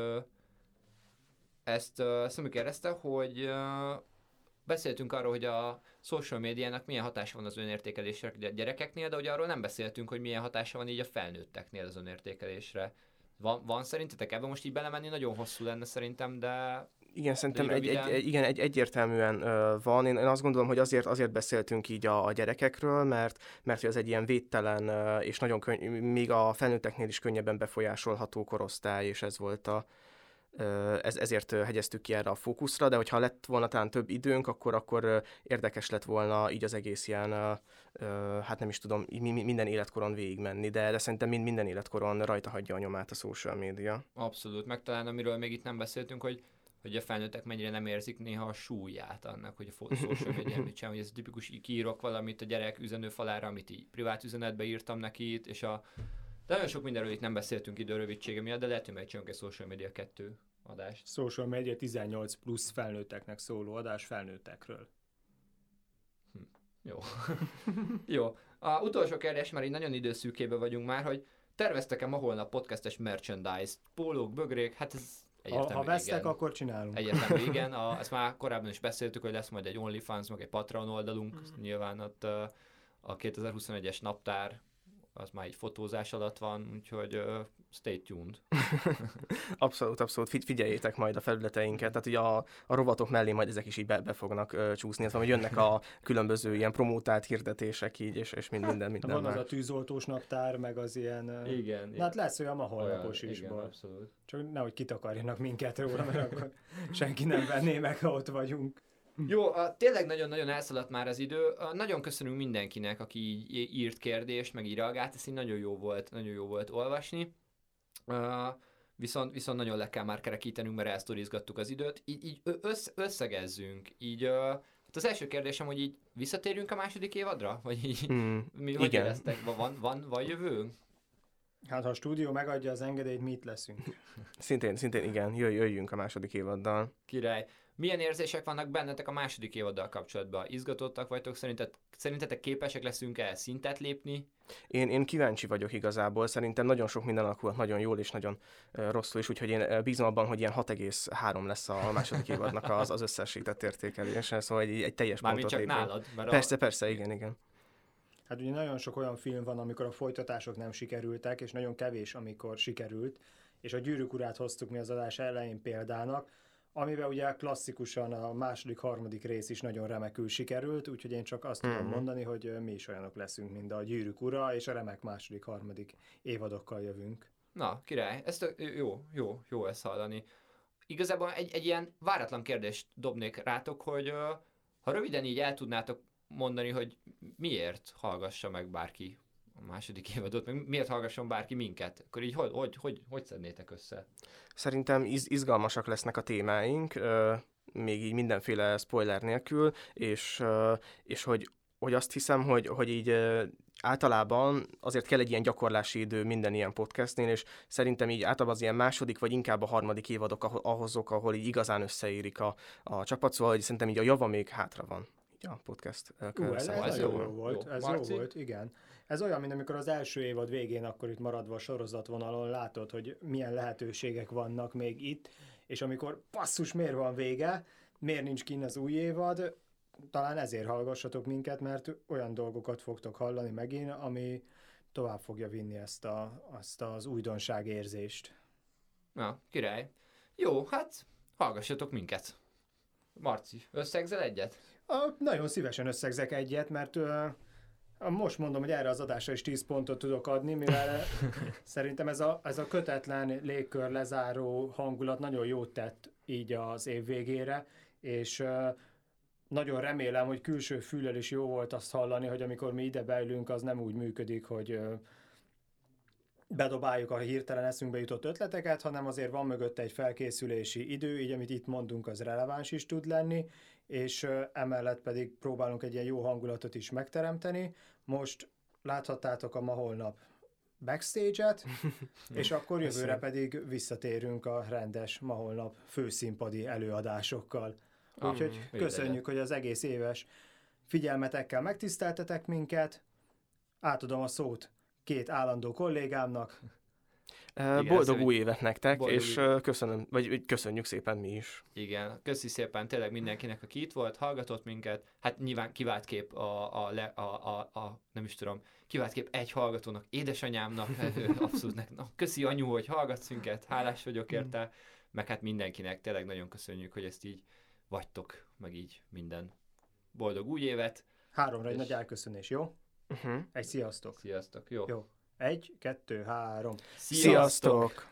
ezt Szumi kérdezte, hogy beszéltünk arról, hogy a social médiának milyen hatása van az önértékelésre a gyerekeknél, de ugye arról nem beszéltünk, hogy milyen hatása van így a felnőtteknél az önértékelésre. Van szerintetek? Ebben most így belemenni nagyon hosszú lenne szerintem, de... Igen, szerintem egyértelműen van. Én azt gondolom, hogy azért beszéltünk így a gyerekekről, mert ez egy ilyen védtelen és nagyon még a felnőtteknél is könnyebben befolyásolható korosztály, és ez volt ezért hegyeztük ki erre a fókuszra, de hogyha lett volna talán több időnk, akkor érdekes lett volna így az egész ilyen, hát nem is tudom, minden életkoron végigmenni, de szerintem minden életkoron rajta hagyja a nyomát a social média. Abszolút, meg talán amiről még itt nem beszéltünk, hogy hogy a felnőttek mennyire nem érzik néha a súlyát annak, hogy a social media mit csinál, hogy ez tipikus, kiírok valamit a gyerek üzenőfalára, amit így privát üzenetbe írtam neki itt, és de nagyon sok mindenről itt nem beszéltünk idő rövidsége miatt, de lehet, hogy megcsinálunk egy social media 2 adást. Social media 18 plusz felnőtteknek szóló adás felnőttekről. Jó. Jó. A utolsó kérdés, mert így nagyon időszűkébe vagyunk már, hogy terveztek-e ma holnap podcastes merchandise? Pólók, bögrék, hát ez egyértelmű. Ha vesztek, akkor csinálunk. Egyértelmű, igen. Ezt már korábban is beszéltük, hogy lesz majd egy OnlyFans, meg egy Patreon oldalunk. Nyilván ott a 2021-es naptár az már egy fotózás alatt van, úgyhogy stay tuned. Abszolút. Figyeljétek majd a felületeinket, tehát ugye a rovatok mellé majd ezek is így be fognak csúszni, illetve hogy jönnek a különböző ilyen promótált hirdetések így, és minden van már. Az a tűzoltós naptár, meg az ilyen... Igen. Hát lesz olyan ma holnapos is. Igen, abszolút. Csak nehogy kitakarjanak minket róla, mert akkor senki nem venné meg, ha ott vagyunk. Jó, tényleg nagyon-nagyon elszaladt már az idő. Nagyon köszönünk mindenkinek, aki így írt kérdést, meg így reagált, ez így nagyon jó volt olvasni. Viszont nagyon le kell már kerekítenünk, mert elsztorizgattuk az időt. Így összegezzünk. Így, hát az első kérdésem, hogy így visszatérjünk a második évadra? Vagy így, hogy éreztek? Van jövőnk? Hát ha a stúdió megadja az engedélyt, mi itt leszünk. Szintén igen, jöjjünk a második évaddal. Király. Milyen érzések vannak bennetek a második évaddal kapcsolatban? Izgatottak vagytok? Szerintetek képesek leszünk-e szintet lépni? Én kíváncsi vagyok igazából, szerintem nagyon sok minden alakult nagyon jól és nagyon rosszul is, úgyhogy én bízom abban, hogy ilyen 6,3 lesz a második évadnak az összesített értékelése, szóval egy teljes pontot lépünk. Mármint csak nálad? Persze, igen. Hát ugye nagyon sok olyan film van, amikor a folytatások nem sikerültek, és nagyon kevés, amikor sikerült, és a Gyűrűk urát hoztuk mi az adás elején példának, amiben ugye klasszikusan a második, harmadik rész is nagyon remekül sikerült, úgyhogy én csak azt tudom mondani, hogy mi is olyanok leszünk, mint a Gyűrűk ura, és a remek második, harmadik évadokkal jövünk. Na, király, ezt jó ezt hallani. Igazából egy ilyen váratlan kérdést dobnék rátok, hogy ha röviden így el tudnátok mondani, hogy miért hallgassa meg bárki a második évadot, meg miért hallgasson bárki minket, akkor így hogy szednétek össze? Szerintem izgalmasak lesznek a témáink, még így mindenféle spoiler nélkül, és hogy azt hiszem, hogy így általában azért kell egy ilyen gyakorlási idő minden ilyen podcastnél, és szerintem így általában az ilyen második, vagy inkább a harmadik évadok ahhozok, ahol így igazán összeérik a csapat, szóval hogy szerintem így a java még hátra van. A podcast. Ez jó volt, igen. Ez olyan, mint amikor az első évad végén, akkor itt maradva a sorozatvonalon látod, hogy milyen lehetőségek vannak még itt, és amikor basszus, miért van vége, miért nincs kinn az új évad, talán ezért hallgassatok minket, mert olyan dolgokat fogtok hallani megint, ami tovább fogja vinni ezt az újdonságérzést. Na, király. Jó, hát hallgassatok minket. Marci, összegzel egyet? Nagyon szívesen összegzek egyet, mert most mondom, hogy erre az adásra is 10 pontot tudok adni, mivel szerintem ez a kötetlen légkör lezáró hangulat nagyon jót tett így az év végére, és nagyon remélem, hogy külső füllel is jó volt azt hallani, hogy amikor mi ide beülünk, az nem úgy működik, hogy bedobáljuk a hirtelen eszünkbe jutott ötleteket, hanem azért van mögötte egy felkészülési idő, így amit itt mondunk, az releváns is tud lenni, és emellett pedig próbálunk egy ilyen jó hangulatot is megteremteni. Most láthattátok a ma holnap backstage-et, és akkor jövőre pedig visszatérünk a rendes ma holnap főszínpadi előadásokkal. Úgyhogy köszönjük, hogy az egész éves figyelmetekkel megtiszteltetek minket. Átadom a szót 2 állandó kollégámnak. Boldog új évet nektek, és köszönjük szépen mi is. Igen, köszi szépen tényleg mindenkinek, aki itt volt, hallgatott minket. Hát nyilván kivált kép nem is tudom, kivált kép egy hallgatónak, édesanyámnak, abszolút köszi anyu, hogy hallgatsz minket, hálás vagyok érte, meg hát mindenkinek tényleg nagyon köszönjük, hogy ezt így vagytok, meg így minden. Boldog új évet! 3-ra egy nagy elköszönés, jó? Egy sziasztok! Sziasztok, jó? 1, 2, 3. Sziasztok!